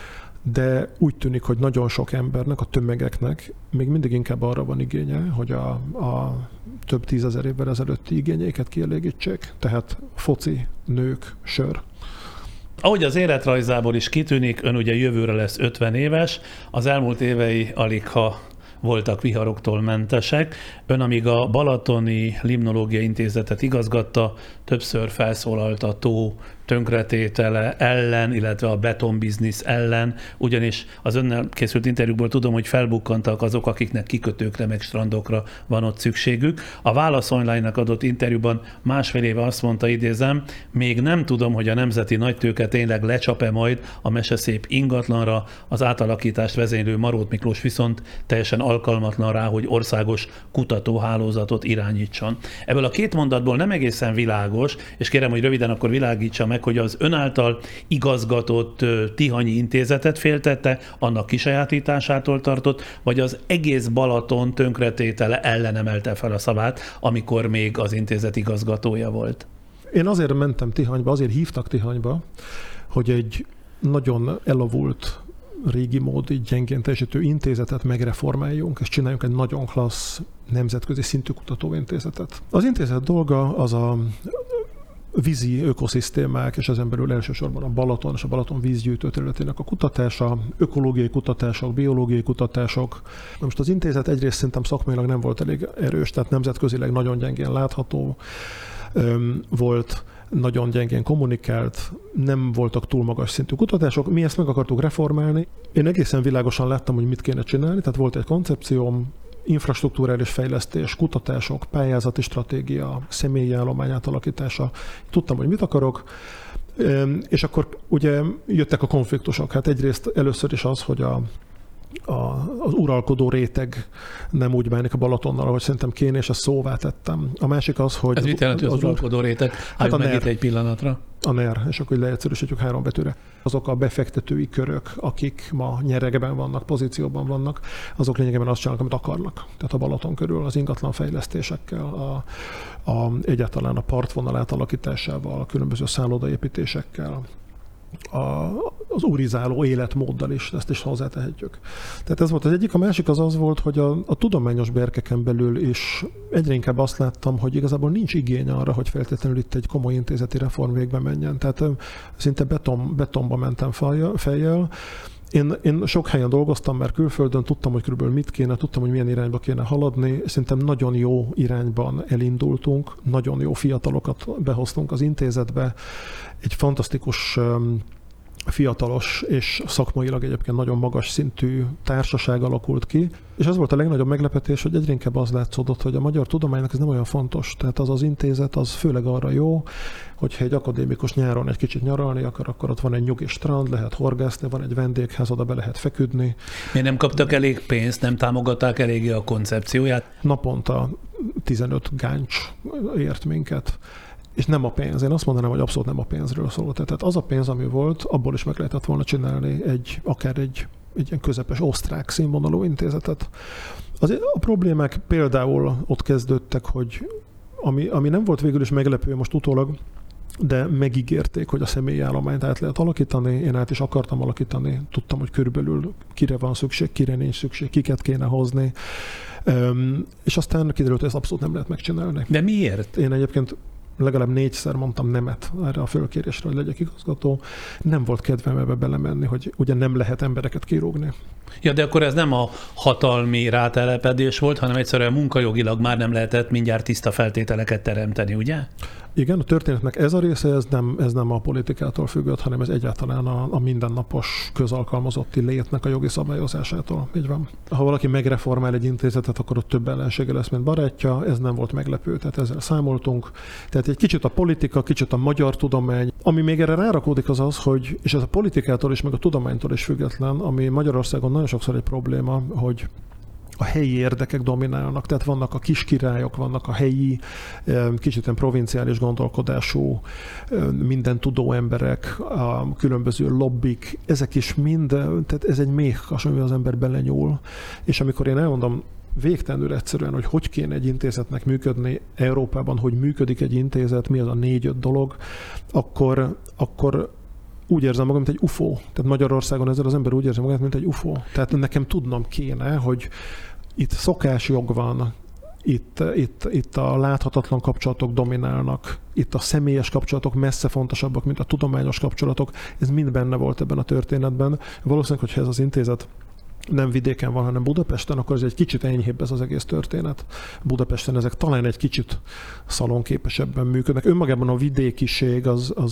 De úgy tűnik, hogy nagyon sok embernek, a tömegeknek még mindig inkább arra van igénye, hogy a több tízezer évvel ezelőtti igényeiket kielégítsék. Tehát foci, nők, sör. Ahogy az életrajzából is kitűnik, ön ugye jövőre lesz 50 éves, az elmúlt évei aligha voltak viharoktól mentesek. Ön, amíg a Balatoni Limnológiai Intézetet igazgatta, többször felszólalt a tó tönkretétele ellen, illetve a betonbiznisz ellen, ugyanis az önnel készült interjúkból tudom, hogy felbukkantak azok, akiknek kikötőkre meg strandokra van ott szükségük. A Válasz Online-nak adott interjúban másfél éve azt mondta, idézem, még nem tudom, hogy a nemzeti nagytőke tényleg lecsap-e majd a meseszép ingatlanra, az átalakítást vezénylő Marót Miklós viszont teljesen alkalmatlan rá, hogy országos kutatóhálózatot irányítson. Ebből a két mondatból nem egészen világos, és kérem, hogy röviden akkor világítsa meg, hogy az ön által igazgatott Tihanyi Intézetet féltette, annak kisajátításától tartott, vagy az egész Balaton tönkretétele ellen emelte fel a szavát, amikor még az intézet igazgatója volt? Én azért mentem Tihanyba, azért hívtak Tihanyba, hogy egy nagyon elavult, régi módi, gyengén teljesítő intézetet megreformáljunk, és csináljunk egy nagyon klassz nemzetközi szintű kutatóintézetet. Az intézet dolga az a vízi ökoszisztémák, és ezen belül elsősorban a Balaton és a Balaton vízgyűjtő területének a kutatása, ökológiai kutatások, biológiai kutatások. Most az intézet egyrészt szerintem szakmailag nem volt elég erős, tehát nemzetközileg nagyon gyengén látható volt, nagyon gyengén kommunikált, nem voltak túl magas szintű kutatások. Mi ezt meg akartuk reformálni. Én egészen világosan láttam, hogy mit kéne csinálni, tehát volt egy koncepcióm, infrastruktúrális fejlesztés, kutatások, pályázati stratégia, személyi állomány átalakítása. Tudtam, hogy mit akarok, és akkor ugye jöttek a konfliktusok. Hát egyrészt először is az, hogy az uralkodó réteg nem úgy bánik a Balatonnal, ahogy szerintem kéne, és ezt szóvá tettem. A másik az, hogy... Ez mit jelenti az uralkodó réteg? Hát meg itt egy pillanatra. A NER, és akkor leegyszerűsítjük 3 betűre. Azok a befektetői körök, akik ma nyeregben vannak, pozícióban vannak, azok lényegében azt csinálnak, amit akarnak. Tehát a Balaton körül az ingatlan fejlesztésekkel, egyáltalán a partvonal átalakításával, a különböző szállodaépítésekkel, az urizáló életmóddal is, ezt is hozzátehetjük. Tehát ez volt az egyik. A másik az volt, hogy a tudományos berkeken belül is egyre inkább azt láttam, hogy igazából nincs igény arra, hogy feltétlenül itt egy komoly intézeti reform végbe menjen. Tehát szinte betonba mentem fejjel. Én sok helyen dolgoztam már külföldön, tudtam, hogy körülbelül mit kéne, tudtam, hogy milyen irányba kéne haladni. Szerintem nagyon jó irányban elindultunk, nagyon jó fiatalokat behoztunk az intézetbe. Egy fantasztikus fiatalos és szakmailag egyébként nagyon magas szintű társaság alakult ki, és az volt a legnagyobb meglepetés, hogy egyre inkább az látszódott, hogy a magyar tudománynak ez nem olyan fontos. Tehát az intézet az főleg arra jó, hogyha egy akadémikus nyáron egy kicsit nyaralni akar, akkor ott van egy nyugi strand, lehet horgászni, van egy vendégház, oda be lehet feküdni. Miért nem kaptak elég pénzt, nem támogatták eléggé a koncepcióját? Naponta 15 gáncs ért minket. És nem a pénz. Én azt mondanám, hogy abszolút nem a pénzről szólt. Tehát az a pénz, ami volt, abból is meg lehetett volna csinálni akár egy ilyen közepes osztrák színvonalú intézetet. A problémák például ott kezdődtek, hogy ami nem volt végül is meglepő most utólag, de megígérték, hogy a személyi állományt át lehet alakítani, én át is akartam alakítani, tudtam, hogy körülbelül kire van szükség, kire nincs szükség, kiket kéne hozni, és aztán kiderült, hogy ezt abszolút nem lehet megcsinálni. De miért? Én egyébként legalább 4-szer mondtam nemet erre a fölkérésre, hogy legyek igazgató. Nem volt kedvem ebbe belemenni, hogy ugye nem lehet embereket kirúgni. Ja, de akkor ez nem a hatalmi rátelepedés volt, hanem egyszerűen munkajogilag már nem lehetett mindjárt tiszta feltételeket teremteni, ugye? Igen, a történetnek ez a része, ez nem a politikától függött, hanem ez egyáltalán a mindennapos közalkalmazotti létnek a jogi szabályozásától. Így van. Ha valaki megreformál egy intézetet, akkor ott több ellensége lesz, mint barátja, ez nem volt meglepő, tehát ezzel számoltunk. Tehát egy kicsit a politika, kicsit a magyar tudomány. Ami még erre rárakódik az, hogy, és ez a politikától is, meg a tudománytól is független, ami Magyarországon nagyon sokszor egy probléma, hogy a helyi érdekek dominálnak, tehát vannak a kiskirályok, vannak a helyi, kicsit ilyen provinciális gondolkodású, minden tudó emberek, a különböző lobbik, ezek is mind, tehát ez egy méhkas, amivel az ember belenyúl. És amikor én elmondom végtelenül egyszerűen, hogy kéne egy intézetnek működni Európában, hogy működik egy intézet, mi az a 4-5 dolog, akkor úgy érzem magam, mint egy UFO. Tehát Magyarországon ezzel az ember úgy érzi magát, mint egy UFO. Tehát nekem tudnom kéne, hogy itt szokásjog van, itt a láthatatlan kapcsolatok dominálnak, itt a személyes kapcsolatok messze fontosabbak, mint a tudományos kapcsolatok. Ez mind benne volt ebben a történetben. Valószínűleg, hogyha ez az intézet nem vidéken van, hanem Budapesten, akkor ez egy kicsit enyhébb ez az egész történet. Budapesten ezek talán egy kicsit szalonképesebben működnek. Önmagában a vidékiség,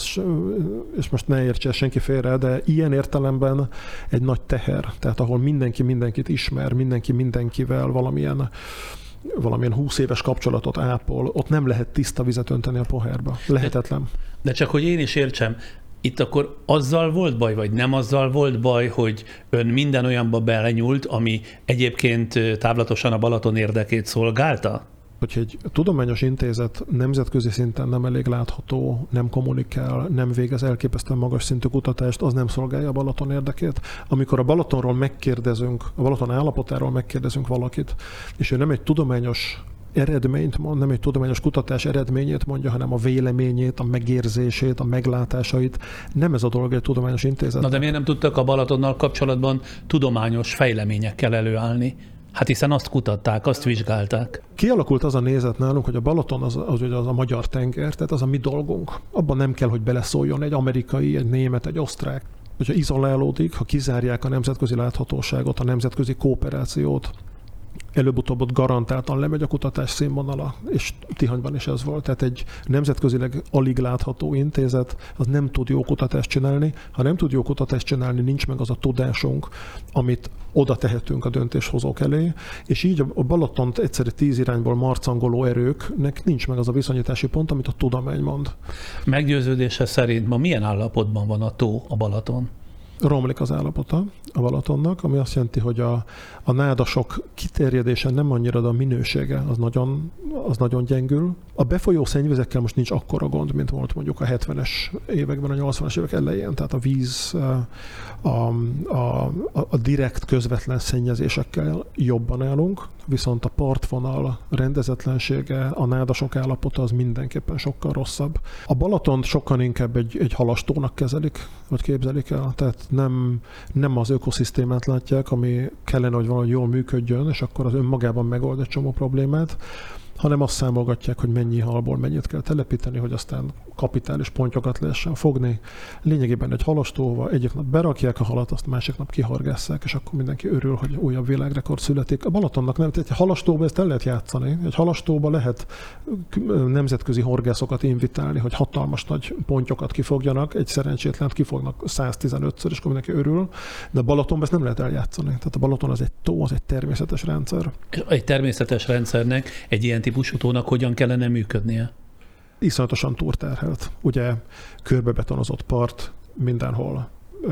és most ne értse senki félre, de ilyen értelemben egy nagy teher. Tehát ahol mindenki mindenkit ismer, mindenki mindenkivel valamilyen 20 éves kapcsolatot ápol, ott nem lehet tiszta vizet önteni a pohárba. Lehetetlen. De csak hogy én is értsem, itt akkor azzal volt baj, vagy nem azzal volt baj, hogy ön minden olyanba belenyúlt, ami egyébként távlatosan a Balaton érdekét szolgálta? Hogyha egy tudományos intézet nemzetközi szinten nem elég látható, nem kommunikál, nem végez elképesztően magas szintű kutatást, az nem szolgálja a Balaton érdekét. Amikor a Balatonról megkérdezünk, a Balaton állapotáról megkérdezünk valakit, és ő nem egy tudományos eredményt mond, nem egy tudományos kutatás eredményét mondja, hanem a véleményét, a megérzését, a meglátásait. Nem ez a dolog egy tudományos intézet. Na de miért nem tudtak a Balatonnal kapcsolatban tudományos fejleményekkel előállni? Hát hiszen azt kutatták, azt vizsgálták. Kialakult az a nézet nálunk, hogy a Balaton az a magyar tenger, tehát az a mi dolgunk. Abban nem kell, hogy beleszóljon egy amerikai, egy német, egy osztrák. Hogyha izolálódik, ha kizárják a nemzetközi láthatóságot, a nemzetközi kooperációt, előbb-utóbb ott garantáltan lemegy a kutatás színvonala, és Tihanyban is ez volt. Tehát egy nemzetközileg alig látható intézet, az nem tud jó kutatást csinálni. Ha nem tud jó kutatást csinálni, nincs meg az a tudásunk, amit oda tehetünk a döntéshozók elé, és így a Balatont egyszerű 10 irányból marcangoló erőknek nincs meg az a viszonyítási pont, amit a tudomány mond. Meggyőződése szerint ma milyen állapotban van a tó, a Balaton? Romlik az állapota a Balatonnak, ami azt jelenti, hogy a nádasok kiterjedése nem annyira, de a minősége az nagyon gyengül. A befolyó szennyvizekkel most nincs akkora gond, mint volt mondjuk a 70-es években, a 80-as évek elején. Tehát a víz a direkt közvetlen szennyezésekkel jobban állunk, viszont a partvonal rendezetlensége, a nádasok állapota az mindenképpen sokkal rosszabb. A Balatont sokkal inkább egy halastónak kezelik, vagy képzelik el. Tehát nem az ökoszisztémát látják, ami kellene, hogy valahogy jól működjön, és akkor az önmagában megold egy csomó problémát, hanem azt számolgatják, hogy mennyi halból mennyit kell telepíteni, hogy aztán kapitális pontyokat lehessen fogni. Lényegében egy halastóval egyik nap berakják a halat, azt másik nap kihorgásszák, és akkor mindenki örül, hogy újabb világrekord születik. A Balatonnak nem, tehát egy halastóba ezt el lehet játszani. Egy halastóba lehet nemzetközi horgászokat invitálni, hogy hatalmas nagy pontyokat kifogjanak, egy szerencsétlent kifognak 115-ször, és akkor mindenki örül, de a Balatonba ezt nem lehet eljátszani. Tehát a Balaton az egy tó, az egy természetes rendszer. Egy természetes rendszernek, egy ilyen típusú tónak hogyan kellene működnie? Iszonyatosan túlterhelt. Ugye körbebetonozott part, mindenhol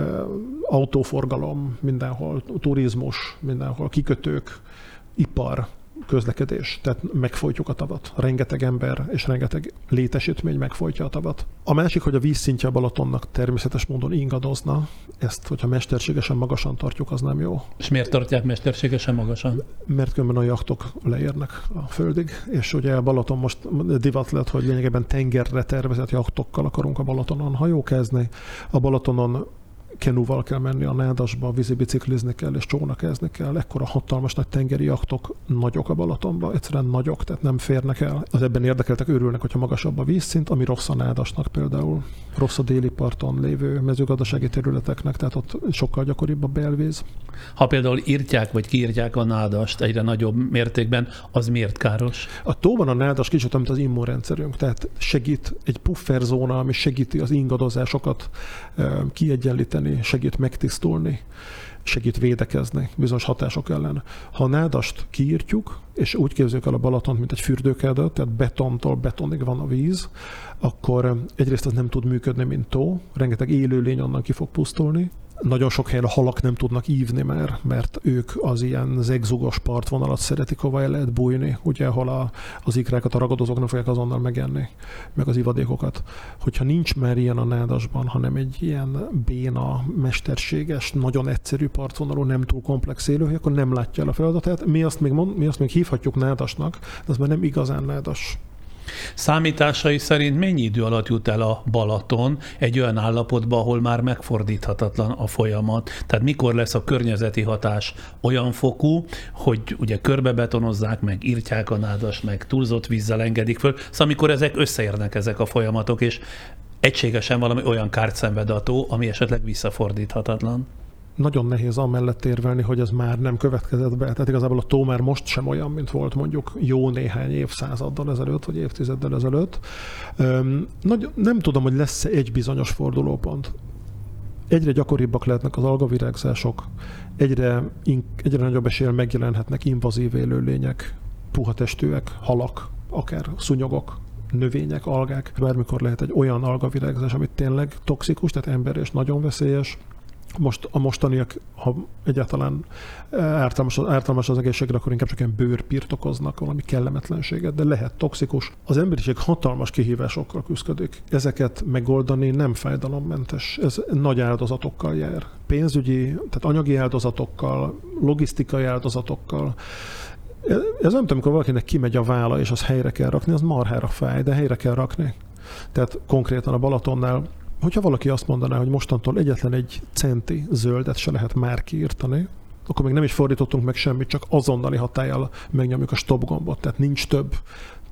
autóforgalom, mindenhol turizmus, mindenhol kikötők, ipar, közlekedés, tehát megfojtjuk a tavat. Rengeteg ember és rengeteg létesítmény megfojtja a tavat. A másik, hogy a vízszintje a Balatonnak természetes módon ingadozna. Ezt, hogyha mesterségesen magasan tartjuk, az nem jó. És miért tartják mesterségesen magasan? Mert különben a jachtok leérnek a földig, és ugye a Balaton most divat lett, hogy lényegében tengerre tervezett jachtokkal akarunk a Balatonon hajókázni. A Balatonon kenúval kell menni a nádasba, vízibiciklizni kell és csónakázni kell. Ekkora hatalmas nagy tengeri jachtok nagyok a Balatonban, egyszerűen nagyok, tehát nem férnek el. Az ebben érdekeltek örülnek, hogyha magasabb a vízszint, ami rossz a nádasnak például. Rossz a déli parton lévő mezőgazdasági területeknek, tehát ott sokkal gyakoribb a belvíz. Ha például írtják vagy kiírtják a nádast egyre nagyobb mértékben, az miért káros? A tóban a nádas kicsit, mint az immunrendszerünk, tehát segít egy pufferzóna, ami segíti az ingadozásokat kiegyenlíteni, segít megtisztulni, segít védekezni bizonyos hatások ellen. Ha a nádast kiírtjuk, és úgy képzeljük el a Balatont, mint egy fürdőkádat, tehát betontól betonig van a víz, akkor egyrészt az nem tud működni, mint tó, rengeteg élőlény onnan ki fog pusztulni. Nagyon sok helyen a halak nem tudnak ívni már, mert ők az ilyen zegzugos partvonalat szeretik, hova el lehet bújni, ugye, ahol az ikrákat a ragadozók nem fogják azonnal megenni, meg az ivadékokat. Hogyha nincs már ilyen a nádasban, hanem egy ilyen béna, mesterséges, nagyon egyszerű partvonalú, nem túl komplex élőhely, akkor nem látja el a feladatát. Mi azt még hívhatjuk nádasnak, de az már nem igazán nádas. Számításai szerint mennyi idő alatt jut el a Balaton egy olyan állapotba, ahol már megfordíthatatlan a folyamat? Tehát mikor lesz a környezeti hatás olyan fokú, hogy ugye körbebetonozzák, meg írtják a nádast, meg túlzott vízzel engedik föl, szóval amikor összeérnek ezek a folyamatok, és egységesen valami olyan kárt szenved a tó, ami esetleg visszafordíthatatlan? Nagyon nehéz amellett érvelni, hogy ez már nem következett be. Tehát igazából a tó már most sem olyan, mint volt mondjuk jó néhány évszázaddal ezelőtt, vagy évtizeddel ezelőtt. Nem tudom, hogy lesz egy bizonyos fordulópont. Egyre gyakoribbak lehetnek az algavirágzások, egyre nagyobb eséllyel megjelenhetnek invazív élőlények, puhatestűek, halak, akár szúnyogok, növények, algák. Bármikor lehet egy olyan algavirágzás, amit tényleg toxikus, tehát ember és nagyon veszélyes. A mostaniak, ha egyáltalán ártalmas az egészségre, akkor inkább csak ilyen bőrpírt okoznak, valami kellemetlenséget, de lehet toxikus. Az emberiség hatalmas kihívásokkal küzdik. Ezeket megoldani nem fájdalommentes. Ez nagy áldozatokkal jár. Pénzügyi, tehát anyagi áldozatokkal, logisztikai áldozatokkal. Ez nem tudom, amikor valakinek kimegy a válla, és az helyre kell rakni, az marhára fáj, de helyre kell rakni. Tehát konkrétan a Balatonnál, hogyha valaki azt mondaná, hogy mostantól egyetlen egy centi zöldet se lehet már kiírtani, akkor még nem is fordítottunk meg semmit, csak azonnali hatállyal megnyomjuk a stop gombot. Tehát nincs több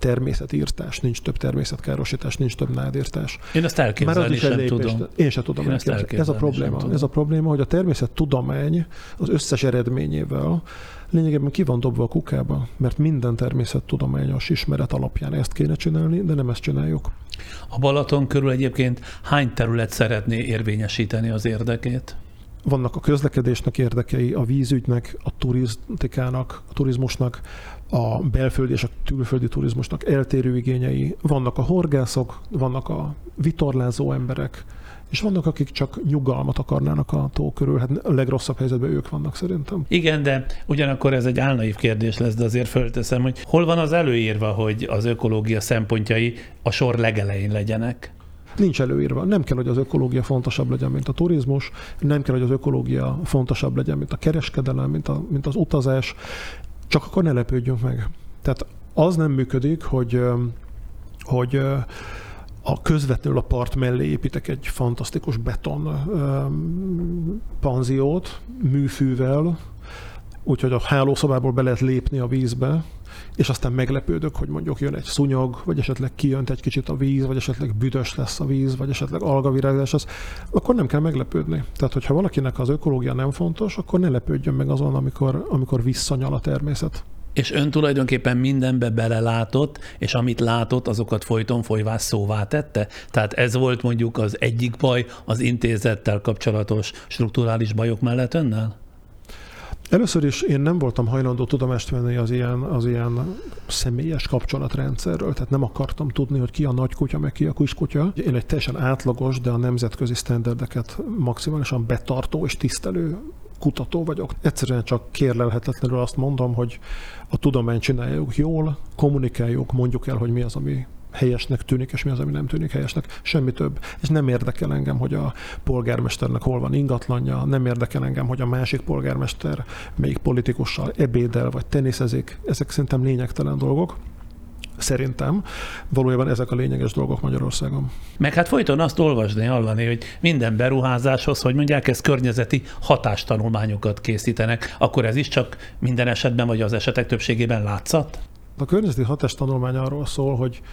természetírtás, nincs több természetkárosítás, nincs több nádírtás. Én ezt elképzelni sem tudom. Én sem tudom. Ez a probléma, hogy a természettudomány az összes eredményével lényegében ki van dobva a kukába, mert minden természettudományos ismeret alapján ezt kéne csinálni, de nem ezt csináljuk. A Balaton körül egyébként hány terület szeretné érvényesíteni az érdekét? Vannak a közlekedésnek érdekei, a vízügynek, a turisztikának, a turizmusnak, a belföldi és a külföldi turizmusnak eltérő igényei. Vannak a horgászok, vannak a vitorlázó emberek, és vannak, akik csak nyugalmat akarnának a tó körül. Hát a legrosszabb helyzetben ők vannak szerintem. Igen, de ugyanakkor ez egy álnaív kérdés lesz, de azért fölteszem, hogy hol van az előírva, hogy az ökológia szempontjai a sor legelején legyenek? Nincs előírva. Nem kell, hogy az ökológia fontosabb legyen, mint a turizmus, nem kell, hogy az ökológia fontosabb legyen, mint a kereskedelem, mint az utazás, csak akkor ne lepődjünk meg. Tehát az nem működik, hogy a közvetlenül a part mellé építek egy fantasztikus beton panziót műfűvel, úgyhogy a hálószobából be lehet lépni a vízbe, és aztán meglepődök, hogy mondjuk jön egy szúnyog, vagy esetleg kijönt egy kicsit a víz, vagy esetleg büdös lesz a víz, vagy esetleg algavirágzás lesz, akkor nem kell meglepődni. Tehát, hogyha valakinek az ökológia nem fontos, akkor ne lepődjön meg azon, amikor visszanyal a természet. És ön tulajdonképpen mindenbe belelátott, és amit látott, azokat folyton folyvás szóvá tette? Tehát ez volt mondjuk az egyik baj az intézettel kapcsolatos strukturális bajok mellett önnel? Először is én nem voltam hajlandó tudomást venni az ilyen személyes kapcsolatrendszerről, tehát nem akartam tudni, hogy ki a nagy kutya, meg ki a kiskutya. Én egy teljesen átlagos, de a nemzetközi sztenderdeket maximálisan betartó és tisztelő kutató vagyok. Egyszerűen csak kérlelhetetlenül azt mondom, hogy a tudományt csináljuk jól, kommunikáljuk, mondjuk el, hogy mi az, ami helyesnek tűnik, és mi az, ami nem tűnik helyesnek. Semmi több. És nem érdekel engem, hogy a polgármesternek hol van ingatlanja, nem érdekel engem, hogy a másik polgármester melyik politikussal ebédel, vagy teniszezik. Ezek szerintem lényegtelen dolgok. Szerintem valójában ezek a lényeges dolgok Magyarországon. Meg hát folyton azt olvasni, hallani, hogy minden beruházáshoz, hogy mondják, ez környezeti hatástanulmányokat készítenek, akkor ez is csak minden esetben, vagy az esetek többségében látszat? A környezeti hatástanulmány arról szól, hogy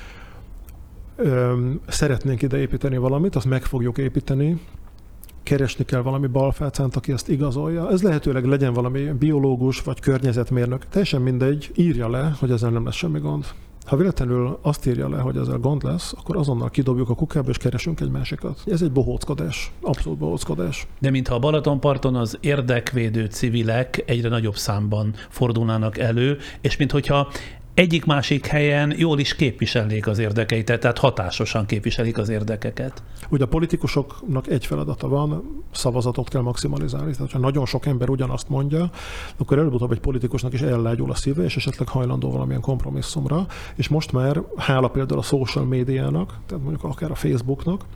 szeretnénk ide építeni valamit, azt meg fogjuk építeni, keresni kell valami balfácánt, aki ezt igazolja. Ez lehetőleg legyen valami biológus vagy környezetmérnök. Teljesen mindegy, írja le, hogy ezzel nem lesz semmi gond. Ha véletlenül azt írja le, hogy ezzel gond lesz, akkor azonnal kidobjuk a kukába, és keresünk egy másikat. Ez egy bohóckodás, abszolút bohóckodás. De mintha a Balatonparton az érdekvédő civilek egyre nagyobb számban fordulnának elő, és minthogyha egyik-másik helyen jól is képviselik az érdekeit, tehát hatásosan képviselik az érdekeket. Ugye a politikusoknak egy feladata van, szavazatot kell maximalizálni. Tehát, ha nagyon sok ember ugyanazt mondja, akkor előbb-utóbb egy politikusnak is ellágyul a szíve, és esetleg hajlandó valamilyen kompromisszumra. És most már, hála például a social médiának, tehát mondjuk akár a Facebooknak,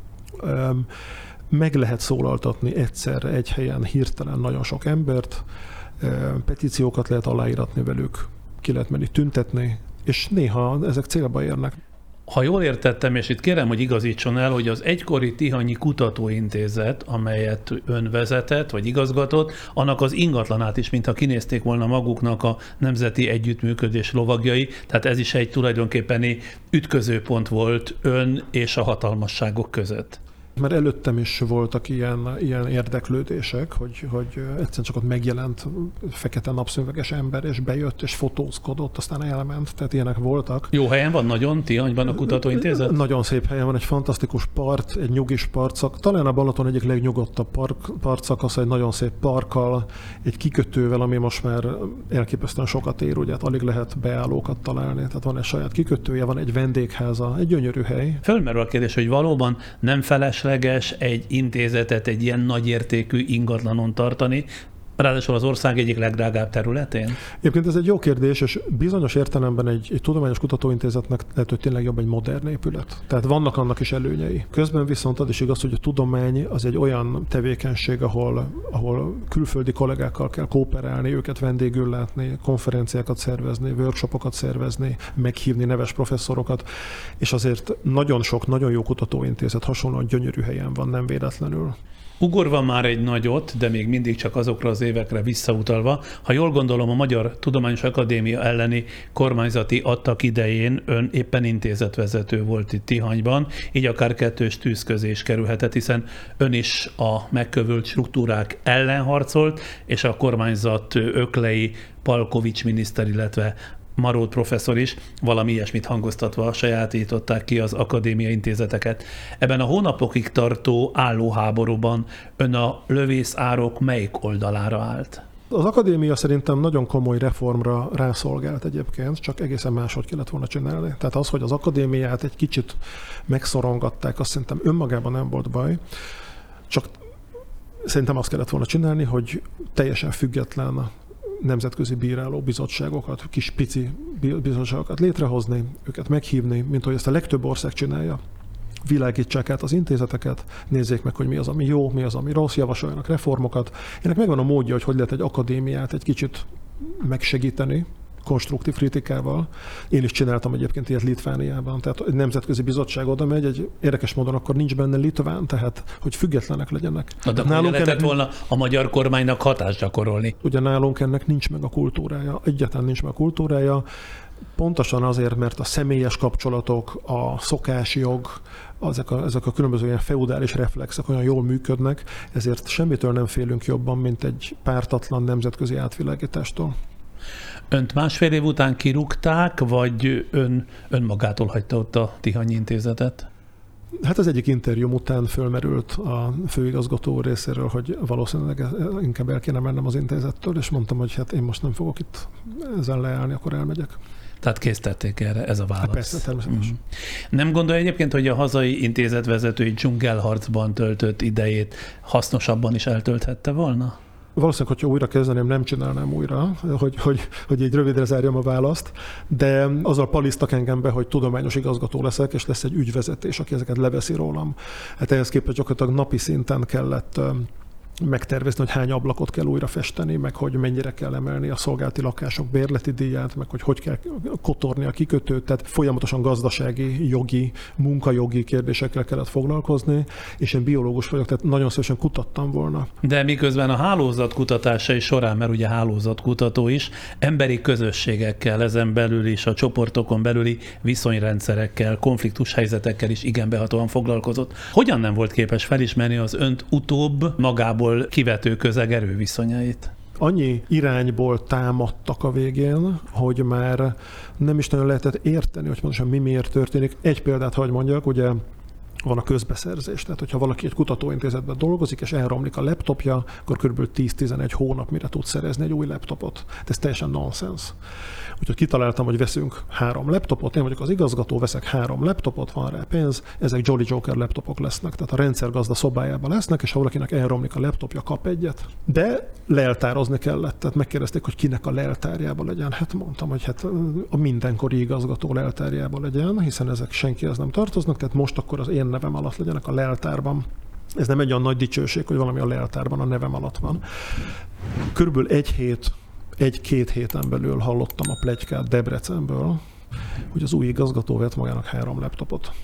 meg lehet szólaltatni egyszerre egy helyen hirtelen nagyon sok embert, petíciókat lehet aláíratni velük, ki lehet menni tüntetni, és néha ezek célba érnek. Ha jól értettem, és itt kérem, hogy igazítson el, hogy az egykori Tihanyi Kutatóintézet, amelyet ön vezetett, vagy igazgatott, annak az ingatlanát is, mintha kinézték volna maguknak a nemzeti együttműködés lovagjai, tehát ez is egy tulajdonképpeni ütközőpont volt ön és a hatalmasságok között. Mert előttem is voltak ilyen érdeklődések, hogy egyszerűen csak ott megjelent fekete napszöveges ember, és bejött, és fotózkodott, aztán elment, tehát ilyenek voltak. Jó helyen van nagyon Tihanyban a kutatóintézet? Nagyon szép helyen van, egy fantasztikus part, egy nyugis partszak, talán a Balaton egyik legnyugodtabb partszakasz, egy nagyon szép parkkal, egy kikötővel, ami most már elképesztően sokat ér, ugye, hát alig lehet beállókat találni, tehát van egy saját kikötője, van egy vendégháza, egy gyönyörű hely. Fölmerül a kérdés, hogy valóban nem felesleges egy intézetet egy ilyen nagyértékű ingatlanon tartani, ráadásul az ország egyik legdrágább területén? Egyébként ez egy jó kérdés, és bizonyos értelemben egy tudományos kutatóintézetnek lehet, hogy tényleg jobb egy modern épület. Tehát vannak annak is előnyei. Közben viszont az is igaz, hogy a tudomány az egy olyan tevékenység, ahol külföldi kollégákkal kell kooperálni, őket vendégül látni, konferenciákat szervezni, workshopokat szervezni, meghívni neves professzorokat, és azért nagyon sok, nagyon jó kutatóintézet hasonlóan gyönyörű helyen van, nem véletlenül. Ugorva már egy nagyot, de még mindig csak azokra az évekre visszautalva, ha jól gondolom, a Magyar Tudományos Akadémia elleni kormányzati attak idején ön éppen intézetvezető volt itt Tihanyban, így akár kettős tűz közé is kerülhetett, hiszen ön is a megkövült struktúrák ellen harcolt, és a kormányzat öklei Palkovics miniszter, illetve Marót professzor is valami ilyesmit hangoztatva sajátították ki az akadémia intézeteket. Ebben a hónapokig tartó állóháborúban ön a lövészárok melyik oldalára állt? Az akadémia szerintem nagyon komoly reformra rászolgált egyébként, csak egészen máshogy kellett volna csinálni. Tehát az, hogy az akadémiát egy kicsit megszorongatták, azt szerintem önmagában nem volt baj, csak szerintem azt kellett volna csinálni, hogy teljesen független nemzetközi bíráló bizottságokat, kis pici bizottságokat létrehozni, őket meghívni, mint hogy ezt a legtöbb ország csinálja. Világítsák át az intézeteket, nézzék meg, hogy mi az, ami jó, mi az, ami rossz, javasoljanak reformokat. Ennek megvan a módja, hogy lehet egy akadémiát egy kicsit megsegíteni, konstruktív kritikával. Én is csináltam egyébként ilyet Litvániában. Tehát egy nemzetközi bizottság oda megy, egy érdekes módon akkor nincs benne litván, tehát hogy függetlenek legyenek. De nálunk lehetett volna a magyar kormánynak hatást gyakorolni. Ugye nálunk ennek nincs meg a kultúrája, egyáltalán nincs meg a kultúrája. Pontosan azért, mert a személyes kapcsolatok, a szokásjog, ezek a különböző ilyen feudális reflexek olyan jól működnek, ezért semmitől nem félünk jobban, mint egy pártatlan nemzetközi átvilágítástól. Önt másfél év után kirúgták, vagy önmagától hagyta ott a Tihanyi Intézetet? Hát az egyik interjúm után fölmerült a főigazgató részéről, hogy valószínűleg inkább el kéne mennem az intézettől, és mondtam, hogy hát én most nem fogok itt ezen leállni, akkor elmegyek. Tehát késztették erre, ez a válasz. Hát persze, természetesen. Nem gondolja egyébként, hogy a hazai intézetvezetői dzsungelharcban töltött idejét hasznosabban is eltölthette volna? Valószínűleg, hogyha újra kezdeném, nem csinálnám újra, hogy így rövidre zárjam a választ, de azzal palisztak engem be, hogy tudományos igazgató leszek, és lesz egy ügyvezetés, aki ezeket leveszi rólam. Hát ehhez képest gyakorlatilag napi szinten kellett megtervezni, hogy hány ablakot kell újra festeni, meg hogy mennyire kell emelni a szolgálati lakások bérleti díját, meg hogy kell kotorni a kikötőt, tehát folyamatosan gazdasági, jogi, munkajogi kérdésekkel kellett foglalkozni, és én biológus vagyok, tehát nagyon szívesen kutattam volna. De miközben a hálózat kutatásai során, mert ugye hálózatkutató is, emberi közösségekkel, ezen belül is a csoportokon belüli viszonyrendszerekkel, konfliktus helyzetekkel is igen behatóan foglalkozott. Hogyan nem volt képes felismerni az önt utóbb magából kivető közeg erőviszonyait? Annyi irányból támadtak a végén, hogy már nem is nagyon lehetett érteni, hogy pontosan mi miért történik. Egy példát hadd mondjak, ugye van a közbeszerzés. Tehát, hogyha valaki egy kutatóintézetben dolgozik, és elromlik a laptopja, akkor kb. 10-11 hónap mire tud szerezni egy új laptopot. Ez teljesen nonsens. Úgyhogy kitaláltam, hogy veszünk 3 laptopot, én vagyok az igazgató, veszek 3 laptopot, van rá pénz, ezek Jolly Joker laptopok lesznek, tehát a rendszergazda szobájában lesznek, és ha valakinek elromlik a laptopja, kap egyet. De leltározni kellett, tehát megkérdezték, hogy kinek a leltárjában legyen. Hát mondtam, hogy hát a mindenkori igazgató leltárjában legyen, hiszen ezek senkihez nem tartoznak, tehát most akkor az én nevem alatt legyenek a leltárban. Ez nem egy olyan nagy dicsőség, hogy valami a leltárban a nevem alatt van. Körülbelül egy-két héten belül hallottam a pletykát Debrecenből, hogy az új igazgató vett magának 3 laptopot.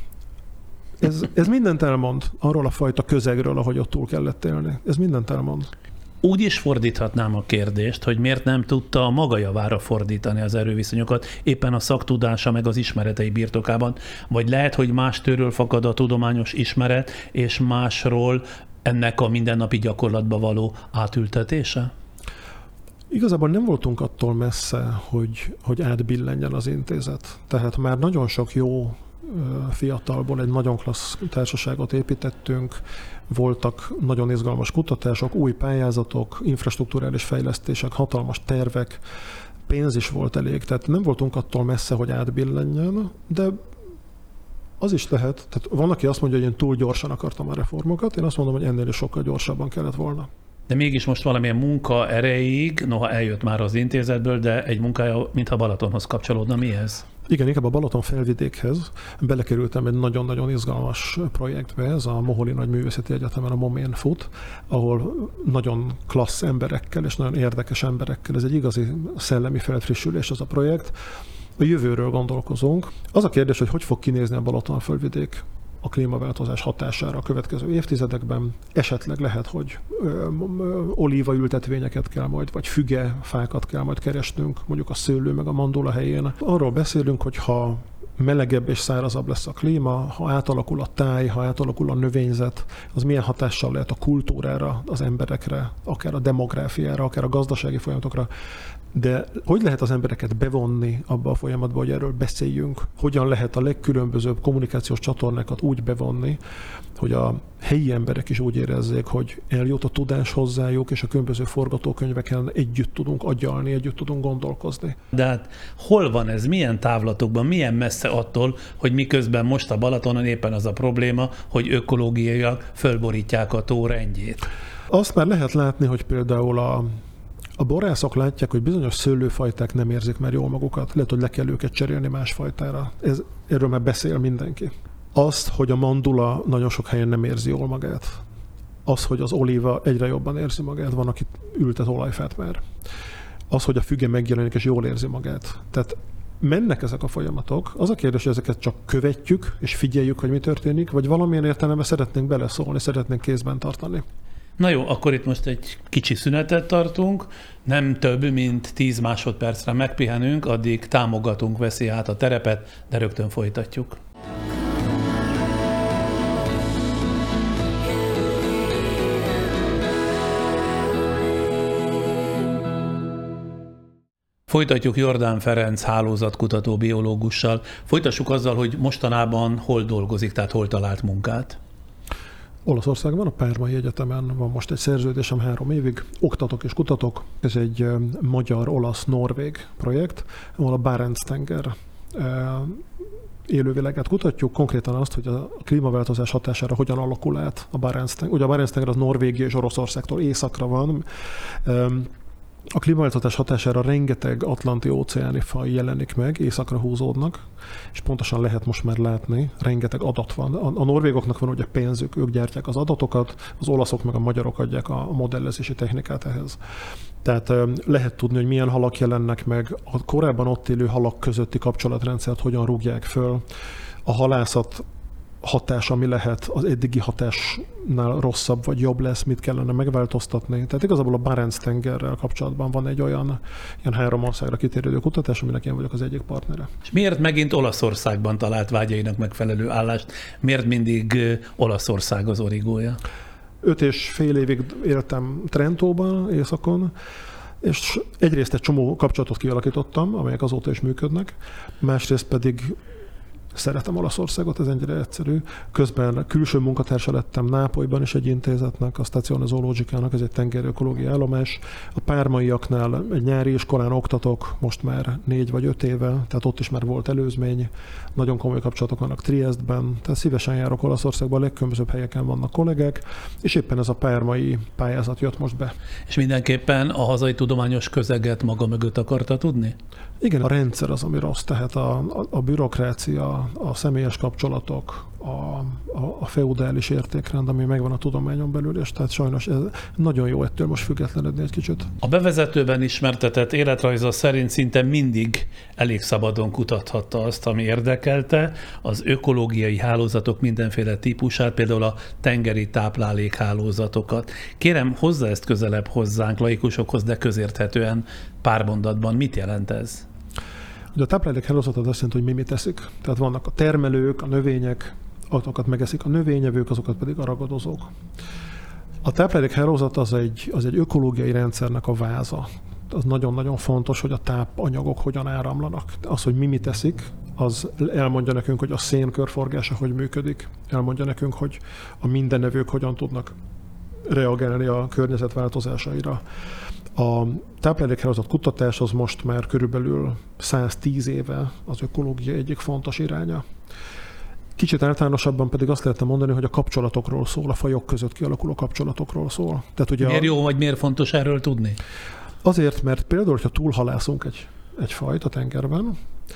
Ez mindent elmond arról a fajta közegről, ahogy ott túl kellett élni. Ez mindent elmond. Úgy is fordíthatnám a kérdést, hogy miért nem tudta a maga javára fordítani az erőviszonyokat, éppen a szaktudása meg az ismeretei birtokában, vagy lehet, hogy mástőről fakad a tudományos ismeret, és másról ennek a mindennapi gyakorlatba való átültetése? Igazából nem voltunk attól messze, hogy átbillenjen az intézet. Tehát már nagyon sok jó fiatalból egy nagyon klassz társaságot építettünk, voltak nagyon izgalmas kutatások, új pályázatok, infrastrukturális fejlesztések, hatalmas tervek, pénz is volt elég, tehát nem voltunk attól messze, hogy átbillenjen, de az is lehet, tehát van, aki azt mondja, hogy én túl gyorsan akartam a reformokat, én azt mondom, hogy ennél is sokkal gyorsabban kellett volna. De mégis most valamilyen munka erejéig, noha eljött már az intézetből, de egy munkája, mintha Balatonhoz kapcsolódna. Mi ez? Igen, inkább a Balaton felvidékhez. Belekerültem egy nagyon-nagyon izgalmas projektbe, ez a Moholi Nagyművészeti Egyetemen a Momén fut, ahol nagyon klassz emberekkel és nagyon érdekes emberekkel, ez egy igazi szellemi felfrissülés az a projekt. A jövőről gondolkozunk. Az a kérdés, hogy fog kinézni a Balaton felvidék a klímaváltozás hatására a következő évtizedekben. Esetleg lehet, hogy olívaültetvényeket kell majd, vagy fügefákat kell majd keresnünk, mondjuk a szőlő meg a mandula helyén. Arról beszélünk, hogy ha melegebb és szárazabb lesz a klíma, ha átalakul a táj, ha átalakul a növényzet, az milyen hatással lehet a kultúrára, az emberekre, akár a demográfiára, akár a gazdasági folyamatokra. De hogy lehet az embereket bevonni abba a folyamatba, hogy erről beszéljünk? Hogyan lehet a legkülönbözőbb kommunikációs csatornákat úgy bevonni, hogy a helyi emberek is úgy érezzék, hogy eljut a tudás hozzájuk, és a különböző forgatókönyveken együtt tudunk agyalni, együtt tudunk gondolkozni. De hát hol van ez? Milyen távlatokban? Milyen messze attól, hogy miközben most a Balatonon éppen az a probléma, hogy ökológiaiak fölborítják a tó rendjét? Azt már lehet látni, hogy például a borászok látják, hogy bizonyos szőlőfajták nem érzik már jól magukat. Lehet, hogy le kell őket cserélni más fajtára. Erről már beszél mindenki. Azt, hogy a mandula nagyon sok helyen nem érzi jól magát. Az, hogy az olíva egyre jobban érzi magát. Van, aki ültet olajfát már. Az, hogy a füge megjelenik és jól érzi magát. Tehát mennek ezek a folyamatok. Az a kérdés, hogy ezeket csak követjük és figyeljük, hogy mi történik, vagy valamilyen értelemben szeretnénk beleszólni, szeretnénk kézben tartani. Na jó, akkor itt most egy kicsi szünetet tartunk, nem több, mint 10 másodpercre megpihenünk, addig támogatunk veszi át a terepet, de rögtön folytatjuk. Folytatjuk Jordán Ferenc hálózatkutató biológussal. Folytassuk azzal, hogy mostanában hol dolgozik, tehát hol talált munkát. Olaszországban, a Parmai Egyetemen van most egy szerződésem 3 évig. Oktatok és kutatok. Ez egy magyar-olasz-norvég projekt, ahol a Barents-tenger élővilágát kutatjuk, konkrétan azt, hogy a klímaváltozás hatására hogyan alakul át a Barents-tenger. Ugye a Barents-tenger az Norvégia és Oroszországtól északra van. A klímaváltozás hatására rengeteg atlanti óceáni faj jelenik meg, északra húzódnak, és pontosan lehet most már látni, rengeteg adat van. A norvégoknak van ugye pénzük, ők gyártják az adatokat, az olaszok meg a magyarok adják a modellezési technikát ehhez. Tehát lehet tudni, hogy milyen halak jelennek meg, a korábban ott élő halak közötti kapcsolatrendszert hogyan rúgják föl, a halászat hatása mi lehet, az eddigi hatásnál rosszabb vagy jobb lesz, mit kellene megváltoztatni. Tehát igazából a Barents-tengerrel kapcsolatban van egy olyan 3 országra kitérő kutatás, aminek én vagyok az egyik partnere. És miért megint Olaszországban talált vágyainak megfelelő állást? Miért mindig Olaszország az origója? 5,5 évig éltem Trentóban, északon, és egyrészt egy csomó kapcsolatot kialakítottam, amelyek azóta is működnek, másrészt pedig szeretem Olaszországot, ez ennyire egyszerű. Közben külső munkatársa lettem Nápolyban is egy intézetnek, a Stazione Zoologica-nak, ez egy tengerökológiai állomás. A pármaiaknál egy nyári iskolán oktatok, most már 4 vagy 5 éve, tehát ott is már volt előzmény. Nagyon komoly kapcsolatok vannak Triestben, tehát szívesen járok Olaszországban, a legkülönbözőbb helyeken vannak kollégák, és éppen ez a pármai pályázat jött most be. És mindenképpen a hazai tudományos közeget maga mögött akarta tudni? Igen, a rendszer az, ami rossz, tehát a bürokrácia, a személyes kapcsolatok, a feudális értékrend, ami megvan a tudományon belül, és tehát sajnos ez nagyon jó ettől most függetlenedni egy kicsit. A bevezetőben ismertetett életrajza szerint szinte mindig elég szabadon kutathatta azt, ami érdekelte, az ökológiai hálózatok mindenféle típusát, például a tengeri táplálékhálózatokat. Kérem, hozza ezt közelebb hozzánk, laikusokhoz, de közérthetően pár mondatban. Mit jelent ez? Ugye a táplálékhálózat az azt jelenti, hogy mi teszik. Tehát vannak a termelők, a növények, azokat megeszik a növényevők, azokat pedig a ragadozók. A táplálékhálózat az egy ökológiai rendszernek a váza. Az nagyon-nagyon fontos, hogy a tápanyagok hogyan áramlanak. Az, hogy mi teszik, az elmondja nekünk, hogy a szén körforgása hogy működik. Elmondja nekünk, hogy a mindennevők hogyan tudnak reagálni a környezet változásaira. A táplálékhálózat kutatás az most már körülbelül 110 éve az ökológia egyik fontos iránya. Kicsit általánosabban pedig azt lehetne mondani, hogy a kapcsolatokról szól, a fajok között kialakuló kapcsolatokról szól. Tehát ugye miért jó, vagy miért fontos erről tudni? Azért, mert például, hogyha túlhalászunk egy fajt a tengerben,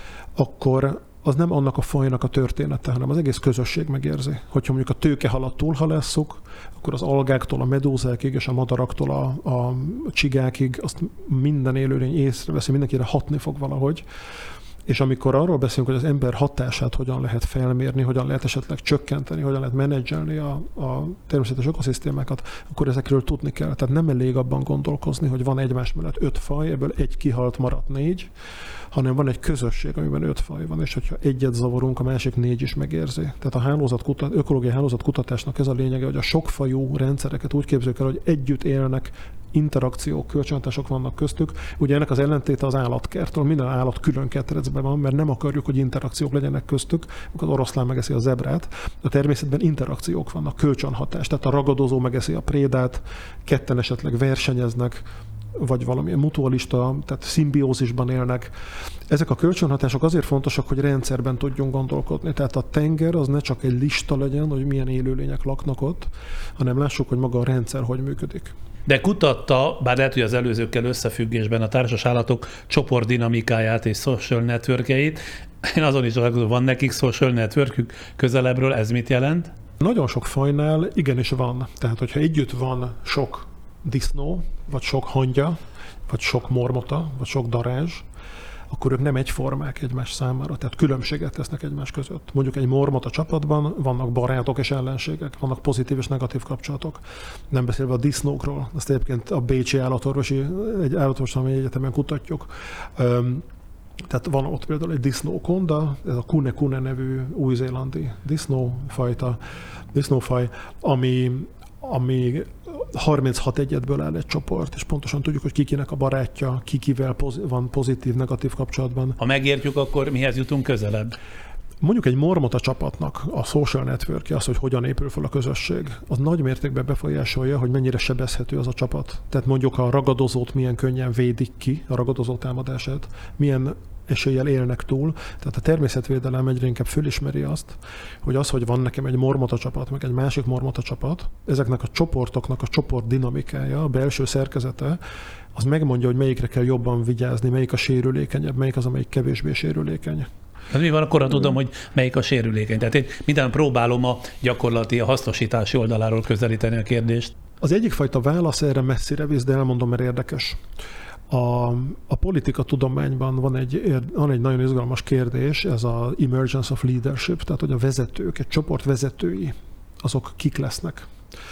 akkor az nem annak a fajnak a története, hanem az egész közösség megérzi. Hogyha mondjuk a tőkehalat túlhalásszuk, akkor az algáktól a medúzákig és a madaraktól a csigákig azt minden élőlény észreveszi, mindenkire hatni fog valahogy. És amikor arról beszélünk, hogy az ember hatását hogyan lehet felmérni, hogyan lehet esetleg csökkenteni, hogyan lehet menedzselni a természetes ökoszisztémákat, akkor ezekről tudni kell. Tehát nem elég abban gondolkozni, hogy van egymás mellett 5 faj, ebből egy kihalt, maradt 4, hanem van egy közösség, amiben 5 faj van, és hogyha egyet zavarunk, a másik 4 is megérzi. Tehát ökológiai hálózatkutatásnak ez a lényege, hogy a sokfajú rendszereket úgy képzeljük el, hogy együtt élnek, interakciók, kölcsönhatások vannak köztük. Ugye ennek az ellentéte az állatkert, minden állat külön ketrecben van, mert nem akarjuk, hogy interakciók legyenek köztük, amikor az oroszlán megeszi a zebrát. A természetben interakciók vannak, kölcsönhatás, tehát a ragadozó megeszi a prédát, ketten esetleg versenyeznek, vagy valamilyen mutualista, tehát szimbiózisban élnek. Ezek a kölcsönhatások azért fontosak, hogy rendszerben tudjunk gondolkodni. Tehát a tenger az ne csak egy lista legyen, hogy milyen élőlények laknak ott, hanem lássuk, hogy maga a rendszer hogy működik. De kutatta, bár lehet, hogy az előzőkkel összefüggésben a társas állatok csoportdinamikáját és social networkjeit. Én azon is gondolom, van nekik social networkük közelebbről, ez mit jelent? Nagyon sok fajnál igenis van. Tehát, hogyha együtt van sok disznó, vagy sok hangya, vagy sok mormota, vagy sok darázs, akkor ők nem egyformák egymás számára, tehát különbséget tesznek egymás között. Mondjuk egy mormota csapatban vannak barátok és ellenségek, vannak pozitív és negatív kapcsolatok. Nem beszélve a disznókról, ezt egyébként a Bécsi állatorvosi egyetemen kutatjuk. Tehát van ott például egy disznókonda, ez a kune nevű új-zélandi disznófaj, ami 36 egyedből áll egy csoport, és pontosan tudjuk, hogy kikinek a barátja, kikivel van pozitív, negatív kapcsolatban. Ha megértjük, akkor mihez jutunk közelebb? Mondjuk egy mormota csapatnak a social network-je, az, hogy hogyan épül fel a közösség, az nagy mértékben befolyásolja, hogy mennyire sebezhető az a csapat. Tehát mondjuk a ragadozót milyen könnyen védik ki, a ragadozó támadását, milyen eséllyel élnek túl. Tehát a természetvédelem egyre inkább fölismeri azt, hogy van nekem egy mormota csapat, meg egy másik mormota csapat, ezeknek a csoportoknak a csoport dinamikája, a belső szerkezete, az megmondja, hogy melyikre kell jobban vigyázni, melyik a sérülékenyebb, melyik az, amelyik kevésbé sérülékeny. Hát mi van, akkor tudom, hogy melyik a sérülékeny. Tehát én minden próbálom a gyakorlati, a hasznosítási oldaláról közelíteni a kérdést. Az egyik fajta válasz erre messzire visz, de elmondom, mert érdekes. A politika tudományban van egy nagyon izgalmas kérdés, ez az emergence of leadership, tehát hogy a vezetők, egy csoport vezetői, azok kik lesznek.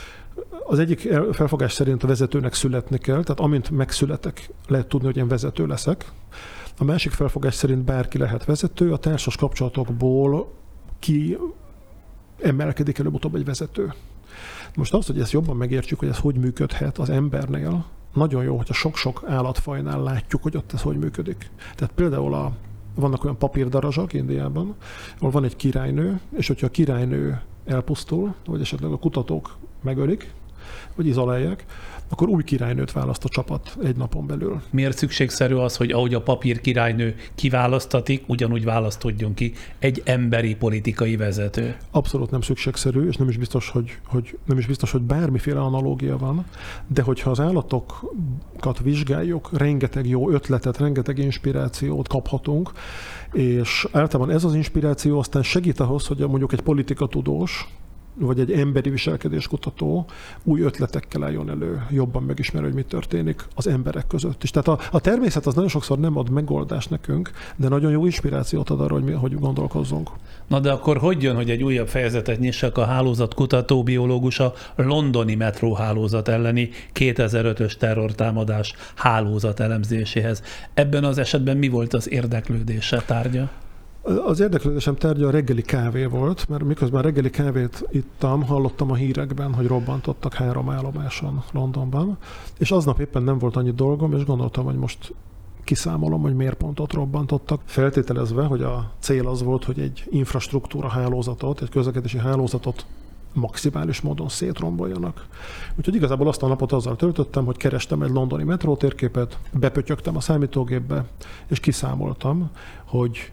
Az egyik felfogás szerint a vezetőnek születni kell, tehát amint megszületek, lehet tudni, hogy én vezető leszek. A másik felfogás szerint bárki lehet vezető, a társas kapcsolatokból ki emelkedik előbb-utóbb egy vezető. Most az, hogy ezt jobban megértsük, hogy ez hogy működhet az embernél, nagyon jó, hogyha sok-sok állatfajnál látjuk, hogy ott ez hogy működik. Tehát például vannak olyan papírdarazsak Indiában, ahol van egy királynő, és hogyha a királynő elpusztul, vagy esetleg a kutatók megölik, vagy izolálják, akkor új királynőt választ a csapat egy napon belül. Miért szükségszerű az, hogy ahogy a papír királynő kiválasztatik, ugyanúgy választodjon ki egy emberi politikai vezető? Abszolút nem szükségszerű, és nem is biztos, hogy bármiféle analógia van, de hogyha az állatokat vizsgáljuk, rengeteg jó ötletet, rengeteg inspirációt kaphatunk, és általában ez az inspiráció aztán segít ahhoz, hogy mondjuk egy politikatudós, vagy egy emberi viselkedéskutató új ötletekkel álljon elő, jobban megismer, hogy mi történik az emberek között is. Tehát a természet az nagyon sokszor nem ad megoldást nekünk, de nagyon jó inspirációt ad arra, hogy gondolkozzunk. Na de akkor hogy jön, hogy egy újabb fejezetet nyissak a hálózatkutató biológus a londoni metróhálózat elleni 2005-ös terrortámadás hálózat elemzéséhez? Ebben az esetben mi volt az érdeklődése tárgya? Az érdeklődésem tárgya a reggeli kávé volt, mert miközben reggeli kávét ittam, hallottam a hírekben, hogy robbantottak 3 állomáson Londonban, és aznap éppen nem volt annyi dolgom, és gondoltam, hogy most kiszámolom, hogy miért pont ott robbantottak, feltételezve, hogy a cél az volt, hogy egy infrastruktúra hálózatot, egy közlekedési hálózatot maximális módon szétromboljanak. Úgyhogy igazából azt a napot azzal töltöttem, hogy kerestem egy londoni metrótérképet, bepötyögtem a számítógépbe, és kiszámoltam, hogy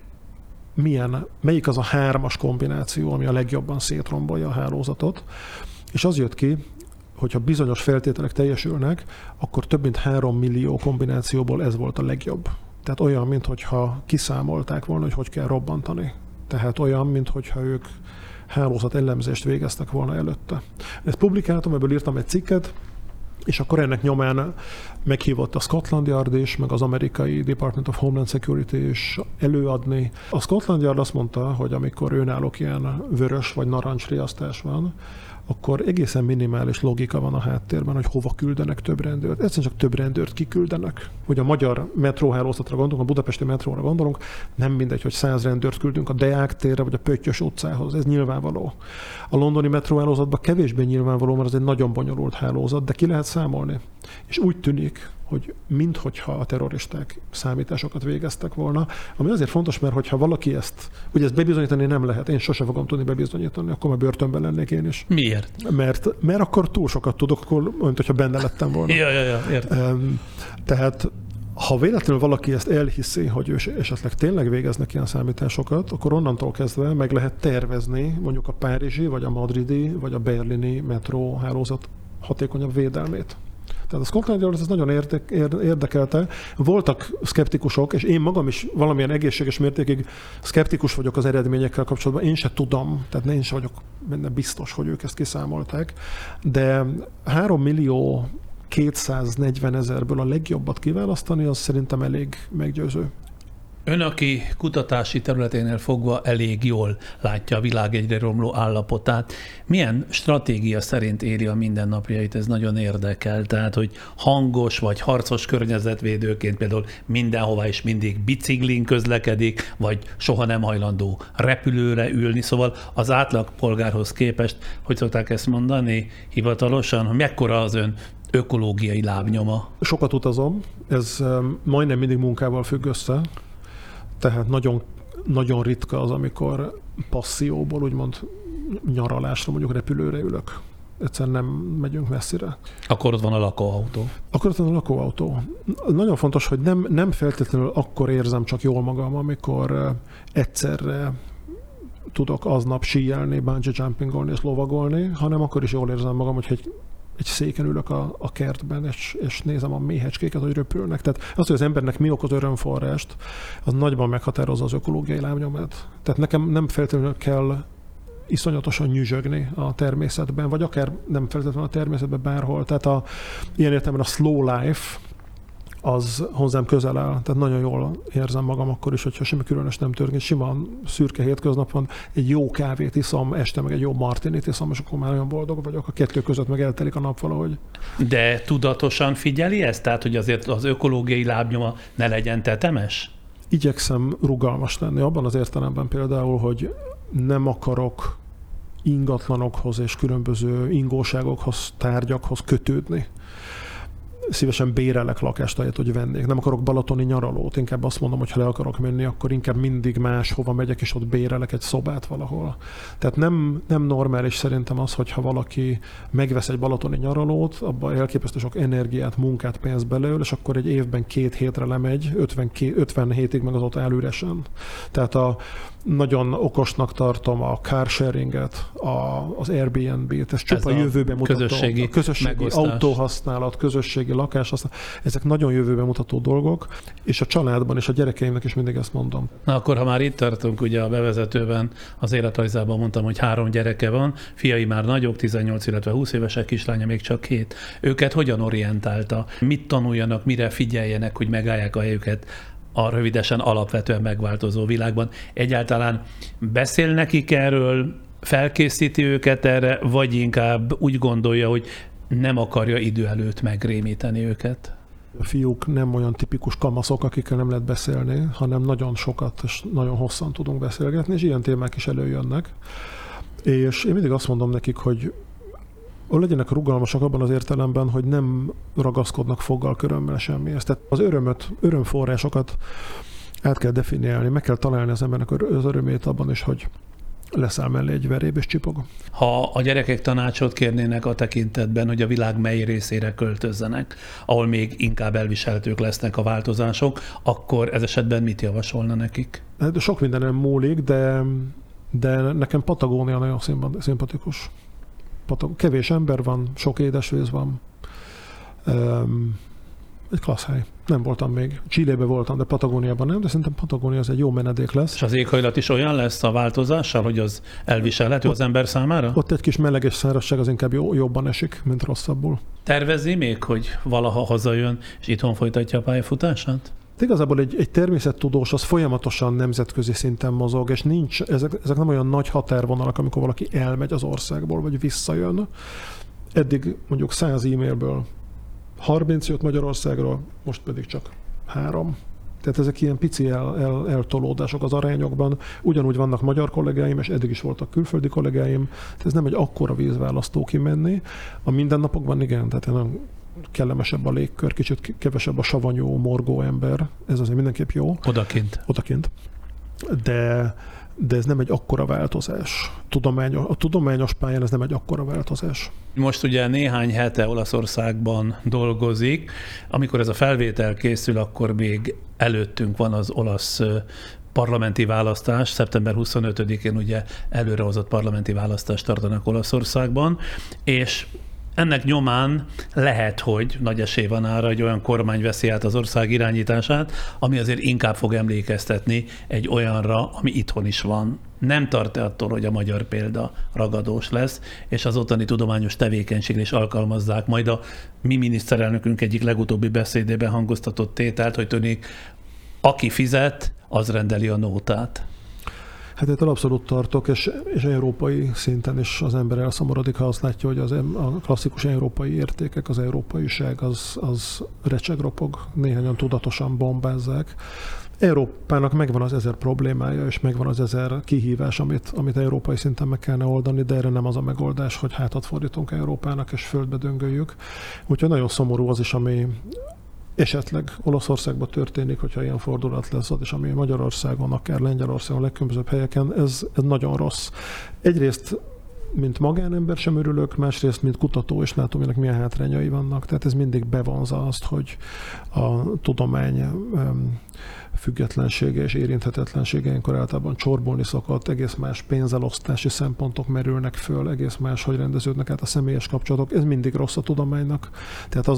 melyik az a 3-as kombináció, ami a legjobban szétrombolja a hálózatot, és az jött ki, hogyha bizonyos feltételek teljesülnek, akkor több mint 3 millió kombinációból ez volt a legjobb. Tehát olyan, mintha kiszámolták volna, hogy kell robbantani. Tehát olyan, mintha ők hálózat elemzést végeztek volna előtte. Ezt publikáltam, ebből írtam egy cikket, És akkor ennek nyomán meghívott a Scotland Yard is, meg az amerikai Department of Homeland Security is előadni. A Scotland Yard azt mondta, hogy amikor önállók ilyen vörös vagy narancs riasztás van, akkor egészen minimális logika van a háttérben, hogy hova küldenek több rendőrt. Egyszerűen csak több rendőrt kiküldenek. Hogy a magyar metróhálózatra gondolunk, a budapesti metróra gondolunk, nem mindegy, hogy 100 rendőrt küldünk a Deák térre vagy a Pöttyös utcához. Ez nyilvánvaló. A londoni metróhálózatban kevésbé nyilvánvaló, mert ez egy nagyon bonyolult hálózat, de ki lehet számolni. És úgy tűnik, hogy minthogyha a terroristák számításokat végeztek volna, ami azért fontos, mert hogyha valaki ezt bebizonyítani nem lehet, én sose fogom tudni bebizonyítani, akkor már börtönben lennék én is. Miért? Mert akkor túl sokat tudok, akkor olyan, hogyha benne lettem volna. Értem. Tehát ha véletlenül valaki ezt elhiszi, hogy ő esetleg tényleg végeznek ilyen számításokat, akkor onnantól kezdve meg lehet tervezni mondjuk a párizsi, vagy a madridi, vagy a berlini metróhálózat hatékonyabb védelmét. Tehát a Scotland Yard ez nagyon érdekelte. Voltak szkeptikusok, és én magam is valamilyen egészséges mértékig szkeptikus vagyok az eredményekkel kapcsolatban. Én se tudom, tehát én se vagyok benne biztos, hogy ők ezt kiszámolták, de 3.240.000-ből a legjobbat kiválasztani, az szerintem elég meggyőző. Ön, aki kutatási területénél fogva elég jól látja a világ egyre romló állapotát, milyen stratégia szerint éri a mindennapjait? Ez nagyon érdekel. Tehát, hogy hangos vagy harcos környezetvédőként például mindenhová is mindig biciklin közlekedik, vagy soha nem hajlandó repülőre ülni. Szóval az átlagpolgárhoz képest, hogy szokták ezt mondani hivatalosan, hogy mekkora az ön ökológiai lábnyoma? Sokat utazom, ez majdnem mindig munkával függ össze. Tehát nagyon, nagyon ritka az, amikor passzióból, úgymond nyaralásra, mondjuk repülőre ülök. Egyszerűen nem megyünk messzire. Akkor ott van a lakóautó. Nagyon fontos, hogy nem feltétlenül akkor érzem csak jól magam, amikor egyszerre tudok aznap síelni, bungee jumpingolni és lovagolni, hanem akkor is jól érzem magam, hogy egy széken ülök a kertben, és nézem a méhecskéket, hogy röpülnek. Tehát az, hogy az embernek mi okoz örömforrást, az nagyban meghatározza az ökológiai lábnyomát. Tehát nekem nem feltétlenül kell iszonyatosan nyüzsögni a természetben, vagy akár nem feltétlenül a természetben bárhol. Tehát ilyen értelemben a slow life az hozzám közel áll. Tehát nagyon jól érzem magam akkor is, hogyha semmi különös nem történik. Sima szürke hétköznap van, egy jó kávét iszom, este meg egy jó martinit iszom, és akkor már olyan boldog vagyok. A kettő között meg eltelik a nap valahogy. De tudatosan figyeli ezt? Tehát, hogy azért az ökológiai lábnyoma ne legyen tetemes? Igyekszem rugalmas lenni abban az értelemben például, hogy nem akarok ingatlanokhoz és különböző ingóságokhoz, tárgyakhoz kötődni. Szívesen bérelek lakást, ahelyett, hogy vennék. Nem akarok balatoni nyaralót, inkább azt mondom, hogy ha le akarok menni, akkor inkább mindig máshova megyek, és ott bérelek egy szobát valahol. Tehát nem normális szerintem az, hogyha valaki megvesz egy balatoni nyaralót, abban elképesztő sok energiát, munkát, pénzt beleöl, és akkor egy évben 2 hétre lemegy, 50 hétig meg az ott áll üresen. Tehát nagyon okosnak tartom a car sharinget, az Airbnb-t, ez csupa jövőben mutató. Közösségi autóhasználat, közösségi lakáshasználat, ezek nagyon jövőben mutató dolgok, és a családban és a gyerekeimnek is mindig ezt mondom. Na akkor, ha már itt tartunk, ugye a bevezetőben, az életrajzában mondtam, hogy 3 gyereke van, fiai már nagyok, 18, illetve 20 évesek, kislánya még csak 2. Őket hogyan orientálta? Mit tanuljanak, mire figyeljenek, hogy megállják a helyüket a rövidesen alapvetően megváltozó világban? Egyáltalán beszél nekik erről, felkészíti őket erre, vagy inkább úgy gondolja, hogy nem akarja idő előtt megrémíteni őket? A fiúk nem olyan tipikus kamaszok, akikkel nem lehet beszélni, hanem nagyon sokat és nagyon hosszan tudunk beszélgetni, és ilyen témák is előjönnek. És én mindig azt mondom nekik, hogy legyenek rugalmasak abban az értelemben, hogy nem ragaszkodnak foggal körömmel semmihez. Tehát az örömforrásokat át kell definiálni, meg kell találni az embernek az örömét abban is, hogy leszáll mellé egy veréb és csipog. Ha a gyerekek tanácsot kérnének a tekintetben, hogy a világ mely részére költözzenek, ahol még inkább elviselhetők lesznek a változások, akkor ez esetben mit javasolna nekik? Hát sok mindenem múlik, de nekem Patagónia nagyon szimpatikus. Kevés ember van, sok édesvíz van. Egy klassz hely. Nem voltam még. Chilébe voltam, de Patagóniában nem, de szerintem Patagónia az egy jó menedék lesz. És az éghajlat is olyan lesz a változással, hogy az elviselhető az ember számára? Ott egy kis meleges szárazság az inkább jobban esik, mint rosszabbul. Tervezi még, hogy valaha hazajön, és itthon folytatja a pályafutását? De igazából egy természettudós az folyamatosan nemzetközi szinten mozog, és ezek nem olyan nagy határvonalak, amikor valaki elmegy az országból, vagy visszajön. Eddig mondjuk 100 e-mailből 30 jött Magyarországról, most pedig csak 3. Tehát ezek ilyen pici eltolódások az arányokban. Ugyanúgy vannak magyar kollégáim, és eddig is voltak külföldi kollégáim. Tehát ez nem egy akkora vízválasztó kimenni. A mindennapokban igen, tehát kellemesebb a légkör, kicsit kevesebb a savanyú, morgó ember. Ez azért mindenképp jó. Odakint. De ez nem egy akkora változás. A tudományos pályán ez nem egy akkora változás. Most ugye néhány hete Olaszországban dolgozik. Amikor ez a felvétel készül, akkor még előttünk van az olasz parlamenti választás. Szeptember 25-én ugye előrehozott parlamenti választást tartanak Olaszországban, és ennek nyomán lehet, hogy nagy esély van arra, hogy olyan kormány veszi át az ország irányítását, ami azért inkább fog emlékeztetni egy olyanra, ami itthon is van. Nem tart attól, hogy a magyar példa ragadós lesz, és az ottani tudományos tevékenységre is alkalmazzák majd a mi miniszterelnökünk egyik legutóbbi beszédében hangoztatott tételt, hogy tűnik, aki fizet, az rendeli a nótát. Hát ettől abszolút tartok, és európai szinten is az ember elszomorodik, ha azt látja, hogy a klasszikus európai értékek, az európaiság az recsegropog, néhányan tudatosan bombázzák. Európának megvan az 1000 problémája, és megvan az 1000 kihívás, amit európai szinten meg kellene oldani, de erre nem az a megoldás, hogy hátat fordítunk Európának, és földbe döngöljük. Úgyhogy nagyon szomorú az is, ami esetleg Olaszországban történik, hogyha ilyen fordulat lesz ott, és ami Magyarországon, akár Lengyelországon, legkülönbözőbb helyeken, ez nagyon rossz. Egyrészt, mint magánember sem örülök, másrészt, mint kutató is látom, hogy milyen hátrányai vannak. Tehát ez mindig bevonza azt, hogy a tudomány függetlensége és érinthetetlensége ilyenkor általában csorbulni szokott, egész más pénzelosztási szempontok merülnek föl, egész más, hogy rendeződnek át a személyes kapcsolatok. Ez mindig rossz a tudománynak. Tehát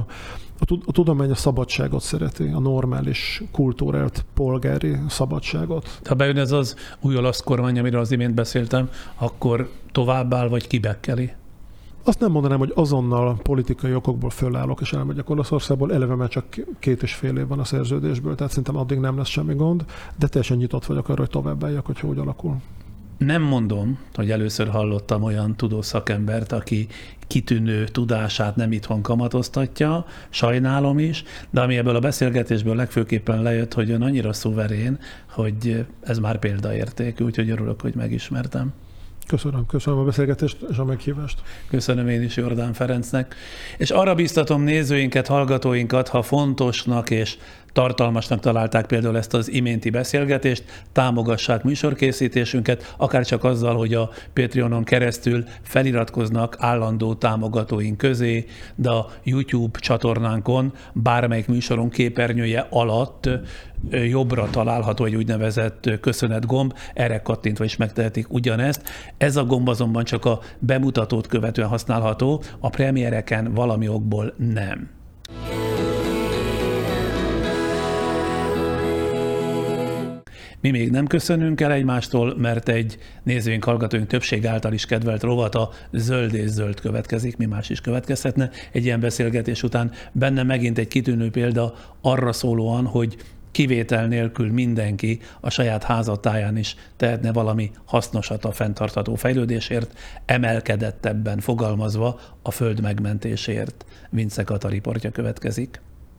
a tudomány a szabadságot szereti, a normális, kultúrált, polgári szabadságot. Ha bejön ez az új olasz kormány, amiről az imént beszéltem, akkor továbbáll, vagy kibekkeli? Azt nem mondanám, hogy azonnal politikai okokból fölállok, és elmegyek Olaszországból, eleve már csak 2,5 év van a szerződésből, tehát szerintem addig nem lesz semmi gond, de teljesen nyitott vagyok arra, hogy továbbálljak, hogyha úgy alakul. Nem mondom, hogy először hallottam olyan tudós szakembert, aki kitűnő tudását nem itthon kamatoztatja, sajnálom is, de ami ebből a beszélgetésből legfőképpen lejött, hogy ön annyira szuverén, hogy ez már példaértékű, úgyhogy örülök, hogy megismertem. Köszönöm a beszélgetést és a meghívást. Köszönöm én is Jordán Ferencnek. És arra biztatom nézőinket, hallgatóinkat, ha fontosnak és tartalmasnak találták például ezt az iménti beszélgetést, támogassák műsorkészítésünket, akár csak azzal, hogy a Patreonon keresztül feliratkoznak állandó támogatóink közé, de a YouTube csatornánkon bármelyik műsorunk képernyője alatt jobbra található egy úgynevezett köszönetgomb, erre kattintva is megtehetik ugyanezt. Ez a gomb azonban csak a bemutatót követően használható, a premiereken valami okból nem. Mi még nem köszönünk el egymástól, mert egy nézőink, hallgatóink többség által is kedvelt rovat, a Zöld és Zöld következik, mi más is következhetne egy ilyen beszélgetés után. Benne megint egy kitűnő példa arra szólóan, hogy kivétel nélkül mindenki a saját házatáján is tehetne valami hasznosat a fenntartható fejlődésért, emelkedettebben fogalmazva a föld megmentésért. Vince Kata riportja következik.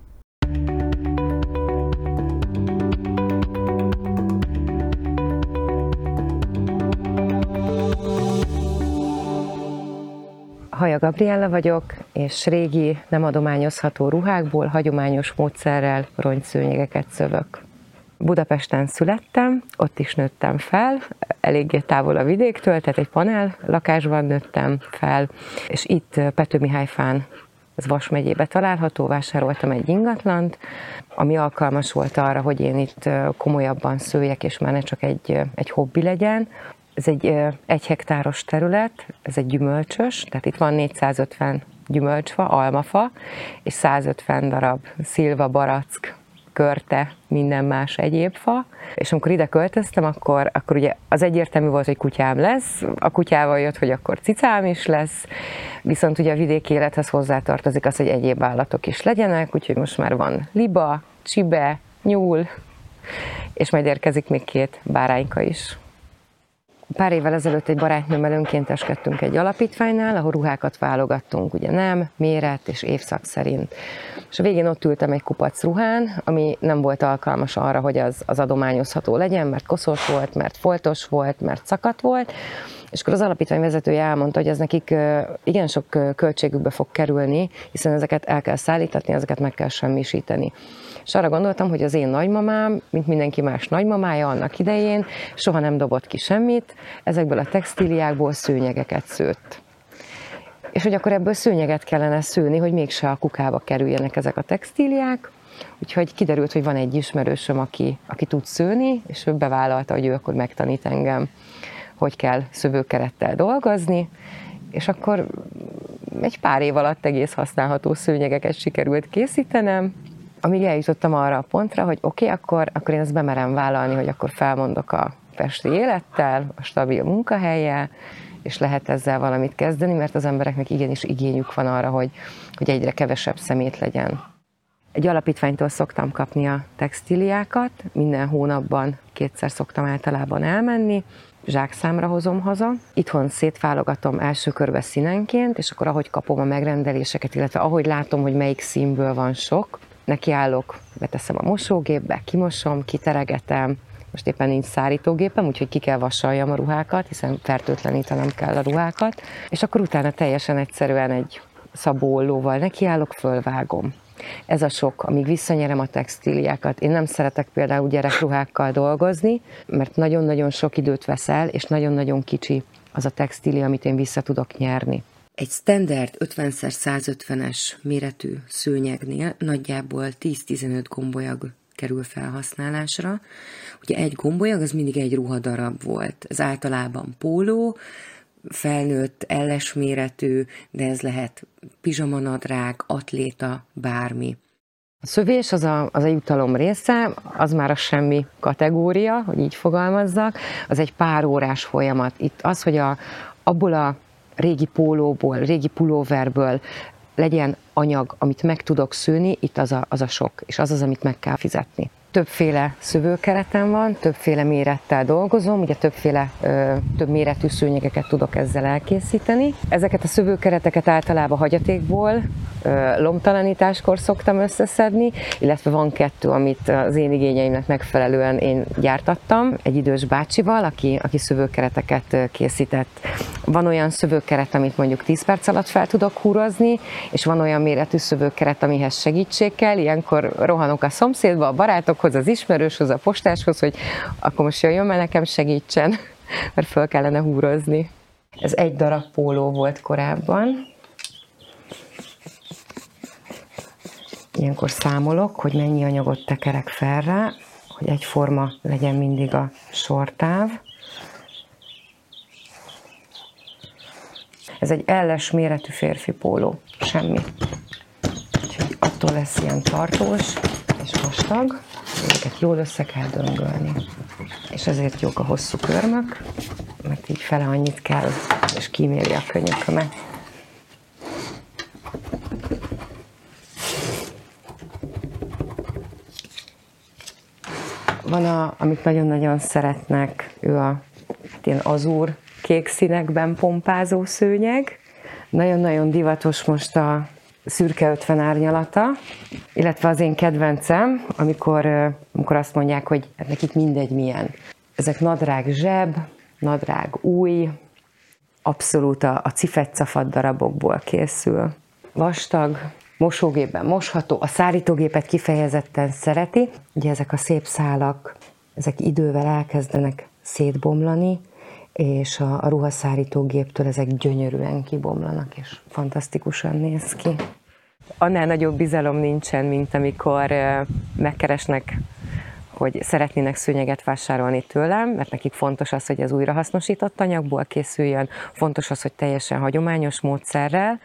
Haja Gabriella vagyok, és régi, nem adományozható ruhákból hagyományos módszerrel rongyszőnyegeket szövök. Budapesten születtem, ott is nőttem fel, eléggé távol a vidéktől, tehát egy panel lakásban nőttem fel, és itt Petőmihályfán, ez Vas megyébe található, vásároltam egy ingatlant, ami alkalmas volt arra, hogy én itt komolyabban szőjek, és már ne csak egy hobbi legyen. Ez egy 1 hektáros terület, ez egy gyümölcsös, tehát itt van 450 gyümölcsfa, almafa, és 150 darab szilva, barack, körte, minden más egyéb fa. És amikor ide költöztem, akkor ugye az egyértelmű volt, hogy kutyám lesz, a kutyával jött, hogy akkor cicám is lesz, viszont ugye a vidéki élethez hozzátartozik az, hogy egyéb állatok is legyenek, úgyhogy most már van liba, csibe, nyúl, és majd érkezik még 2 bárányka is. Pár évvel ezelőtt egy barátnőmmel önkénteskedtünk egy alapítványnál, ahol ruhákat válogattunk, ugye nem, méret és évszak szerint. És a végén ott ültem egy kupac ruhán, ami nem volt alkalmas arra, hogy az adományozható legyen, mert koszos volt, mert foltos volt, mert szakadt volt. És akkor az alapítvány vezetője elmondta, hogy ez nekik igen sok költségükbe fog kerülni, hiszen ezeket el kell szállítatni, ezeket meg kell semmisíteni. És arra gondoltam, hogy az én nagymamám, mint mindenki más nagymamája annak idején, soha nem dobott ki semmit, ezekből a textíliákból szőnyegeket szőtt. És hogy akkor ebből szőnyeget kellene szőni, hogy mégse a kukába kerüljenek ezek a textíliák. Úgyhogy kiderült, hogy van egy ismerősöm, aki tud szőni, és ő bevállalta, hogy ő akkor megtanít engem, hogy kell szövőkerettel dolgozni, és akkor egy pár év alatt egész használható szőnyegeket sikerült készítenem, amíg eljutottam arra a pontra, hogy oké, akkor én ezt bemerem vállalni, hogy akkor felmondok a pesti élettel, a stabil munkahellyel, és lehet ezzel valamit kezdeni, mert az embereknek igenis igényük van arra, hogy egyre kevesebb szemét legyen. Egy alapítványtól szoktam kapni a textíliákat, minden hónapban 2-szer szoktam általában elmenni, zsákszámra hozom haza. Itthon szétválogatom első körbe színenként, és akkor ahogy kapom a megrendeléseket, illetve ahogy látom, hogy melyik színből van sok, nekiállok, beteszem a mosógépbe, kimosom, kiteregetem. Most éppen nincs szárítógépem, úgyhogy ki kell vasaljam a ruhákat, hiszen fertőtlenítenem kell a ruhákat. És akkor utána teljesen egyszerűen egy szabóollóval nekiállok, fölvágom. Ez a sok, amíg visszanyerem a textíliákat. Én nem szeretek például gyerekruhákkal dolgozni, mert nagyon-nagyon sok időt vesz el, és nagyon-nagyon kicsi az a textília, amit én vissza tudok nyerni. Egy standard 50x150-es méretű szőnyegnél nagyjából 10-15 gombolyag kerül felhasználásra. Ugye egy gombolyag az mindig egy ruhadarab volt. Ez általában póló, felnőtt, elles méretű, de ez lehet pizsamanadrág, atléta, bármi. A szövés az a jutalom része, az már a semmi kategória, hogy így fogalmazzak, az egy pár órás folyamat. Itt az, hogy abból a régi pólóból, régi pulóverből legyen anyag, amit meg tudok szőni, itt az a sok, és az, amit meg kell fizetni. Többféle szövőkeretem van, többféle mérettel dolgozom, ugye több méretű szőnyegeket tudok ezzel elkészíteni. Ezeket a szövőkereteket általában hagyatékból, lombtalanításkor szoktam összeszedni, illetve van 2, amit az én igényeimnek megfelelően én gyártattam, egy idős bácsival, aki szövőkereteket készített. Van olyan szövőkeret, amit mondjuk 10 perc alatt fel tudok húrozni, és van olyan méretű szövőkeret, amihez segítség kell, ilyenkor rohanok a szomszédba, a barátokhoz, az ismerőshoz, a postáshoz, hogy akkor most jöjjön, mert nekem segítsen, mert föl kellene húrozni. Ez egy darab póló volt korábban. Ilyenkor számolok, hogy mennyi anyagot tekerek fel rá, hogy egyforma legyen mindig a sortáv. Ez egy L-es méretű férfi póló, semmi. Úgyhogy attól lesz ilyen tartós és vastag, ezeket jól össze kell döngölni. És ezért jók a hosszú körmök, mert így fele annyit kell, és kíméli a könyökömet. Van amit nagyon-nagyon szeretnek, ő a ilyen azúr kék színekben pompázó szőnyeg. Nagyon-nagyon divatos most a szürke 50 árnyalata, illetve az én kedvencem, amikor azt mondják, hogy hát nekik mindegy milyen. Ezek nadrág zseb, nadrág új, abszolút a cifetcafat darabokból készül. Vastag, mosógépben mosható, a szárítógépet kifejezetten szereti. Ugye ezek a szép szálak, ezek idővel elkezdenek szétbomlani, és a ruhaszárítógéptől ezek gyönyörűen kibomlanak, és fantasztikusan néz ki. Annál nagyobb bizalom nincsen, mint amikor megkeresnek, hogy szeretnének szőnyeget vásárolni tőlem, mert nekik fontos az, hogy ez újrahasznosított anyagból készüljön, fontos az, hogy teljesen hagyományos módszerrel,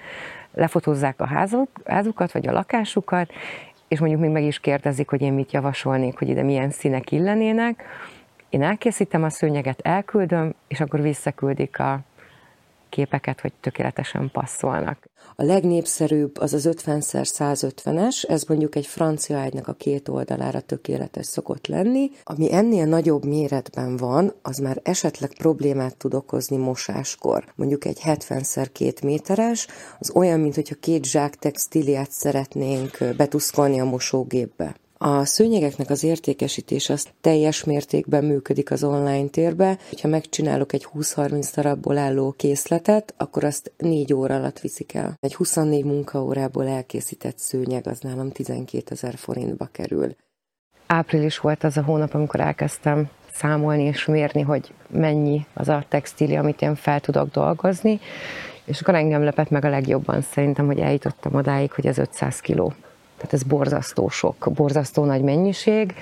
lefotózzák a házukat, vagy a lakásukat, és mondjuk még meg is kérdezik, hogy én mit javasolnék, hogy ide milyen színek illenének. Én elkészítem a szőnyeget, elküldöm, és akkor visszaküldik a képeket, hogy tökéletesen passzolnak. A legnépszerűbb az az 50x150-es, ez mondjuk egy francia ágynak a két oldalára tökéletes szokott lenni. Ami ennél nagyobb méretben van, az már esetleg problémát tud okozni mosáskor. Mondjuk egy 70x2 méteres, az olyan, mint hogyha 2 zsák textíliát szeretnénk betuszkolni a mosógépbe. A szőnyegeknek az értékesítés az teljes mértékben működik az online térbe. Ha megcsinálok egy 20-30 darabból álló készletet, akkor azt 4 óra alatt viszik el. Egy 24 munkaórából elkészített szőnyeg az nálam 12 000 forintba kerül. Április volt az a hónap, amikor elkezdtem számolni és mérni, hogy mennyi az a textília, amit én fel tudok dolgozni, és akkor engem lepett meg a legjobban szerintem, hogy eljutottam odáig, hogy ez 500 kiló. Tehát ez borzasztó sok, borzasztó nagy mennyiség,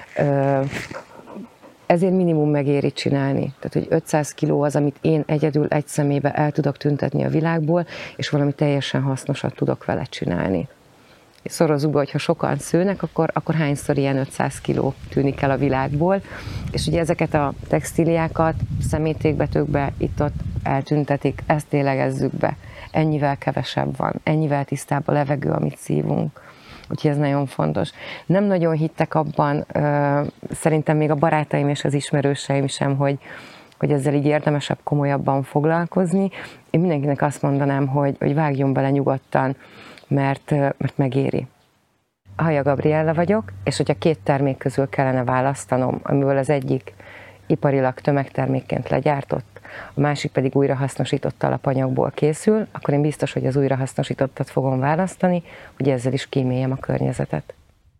ezért minimum megéri csinálni. Tehát, hogy 500 kiló az, amit én egyedül egy szemébe el tudok tüntetni a világból, és valami teljesen hasznosat tudok vele csinálni. És szorozzuk be, hogyha sokan szőnek, akkor hányszor ilyen 500 kiló tűnik el a világból, és ugye ezeket a textíliákat szeméttékbetőkbe itt-ott eltüntetik, ezt ténylegezzük be. Ennyivel kevesebb van, ennyivel tisztább a levegő, amit szívunk. Úgyhogy ez nagyon fontos. Nem nagyon hittek abban, szerintem még a barátaim és az ismerőseim sem, hogy ezzel így érdemesebb, komolyabban foglalkozni. Én mindenkinek azt mondanám, hogy vágjon bele nyugodtan, mert megéri. Haja Gabriella vagyok, és hogyha 2 termék közül kellene választanom, amiből az egyik iparilag tömegtermékként legyártott, a másik pedig újrahasznosított alapanyagból készül, akkor én biztos, hogy az újrahasznosítottat fogom választani, hogy ezzel is kíméljem a környezetet.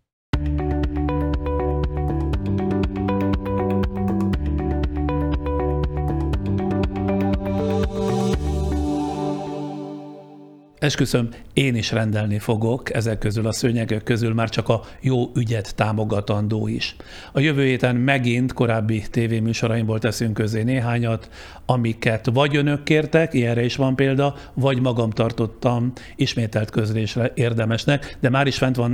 Esküszöm, én is rendelni fogok ezek közül a szőnyegek közül, már csak a jó ügyet támogatandó is. A jövő héten megint korábbi tévéműsoraimból teszünk közé néhányat, amiket vagy önök kértek, ilyenre is van példa, vagy magam tartottam ismételt közlésre érdemesnek, de már is fent van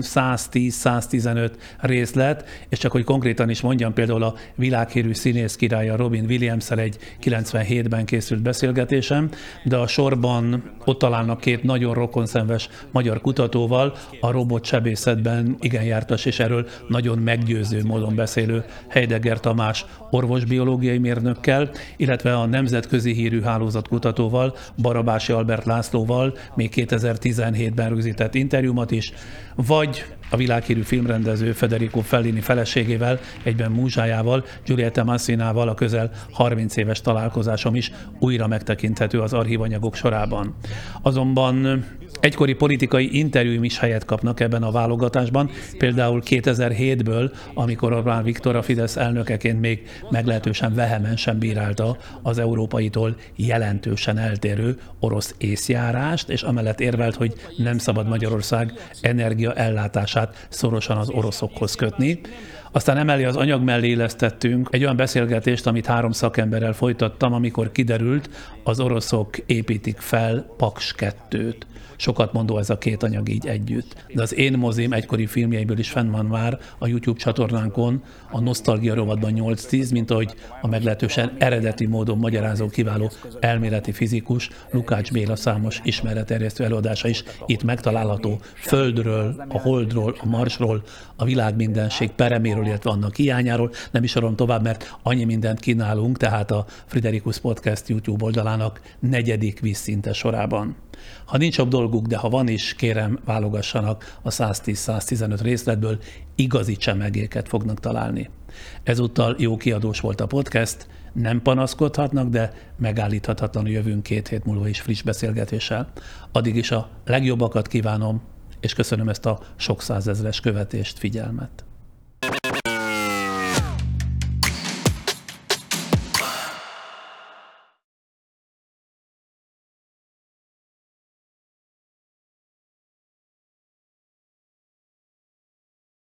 110-115 részlet, és csak hogy konkrétan is mondjam, például a világhírű színész királya Robin Williams-szel egy 97-ben készült beszélgetésem, de a sorban ott találnak 2 nagyon rokonszenves magyar kutatóval, a robotsebészetben igen jártas és erről nagyon meggyőző módon beszélő Heidegger Tamás orvosbiológiai mérnökkel, illetve a nemzetközi hírű hálózatkutatóval, Barabási Albert Lászlóval még 2017-ben rögzített interjúmat is, vagy a világhírű filmrendező Federico Fellini feleségével, egyben múzsájával, Giulietta Massinával a közel 30 éves találkozásom is újra megtekinthető az archívanyagok sorában. Azonban egykori politikai interjúim is helyet kapnak ebben a válogatásban, például 2007-ből, amikor Orbán Viktor a Fidesz elnökeként még meglehetősen vehemensen bírálta az európaitól jelentősen eltérő orosz észjárást, és amellett érvelt, hogy nem szabad Magyarország energiaellátását szorosan az oroszokhoz kötni. Aztán emellé az anyag mellé illesztettünk egy olyan beszélgetést, amit 3 szakemberrel folytattam, amikor kiderült, az oroszok építik fel Paks 2-t. Sokat mondó ez a 2 anyag így együtt. De az én mozim egykori filmjeiből is fenn van már a YouTube csatornánkon, a Nosztalgia rovatban 8-10, mint ahogy a meglehetősen eredeti módon magyarázó kiváló elméleti fizikus Lukács Béla számos ismeretterjesztő előadása is itt megtalálható. Földről, a Holdról, a Marsról, a világmindenség pereméről, illetve annak hiányáról. Nem is sorolom tovább, mert annyi mindent kínálunk, tehát a Friderikus Podcast YouTube oldalának 4. vízszinte sorában. Ha nincs jobb dolguk, de ha van is, kérem, válogassanak a 110-115 részletből, igazi csemegéket fognak találni. Ezúttal jó kiadós volt a podcast, nem panaszkodhatnak, de megállíthatatlanul jövünk 2 hét múlva is friss beszélgetéssel. Addig is a legjobbakat kívánom, és köszönöm ezt a sok százezres követést, figyelmet.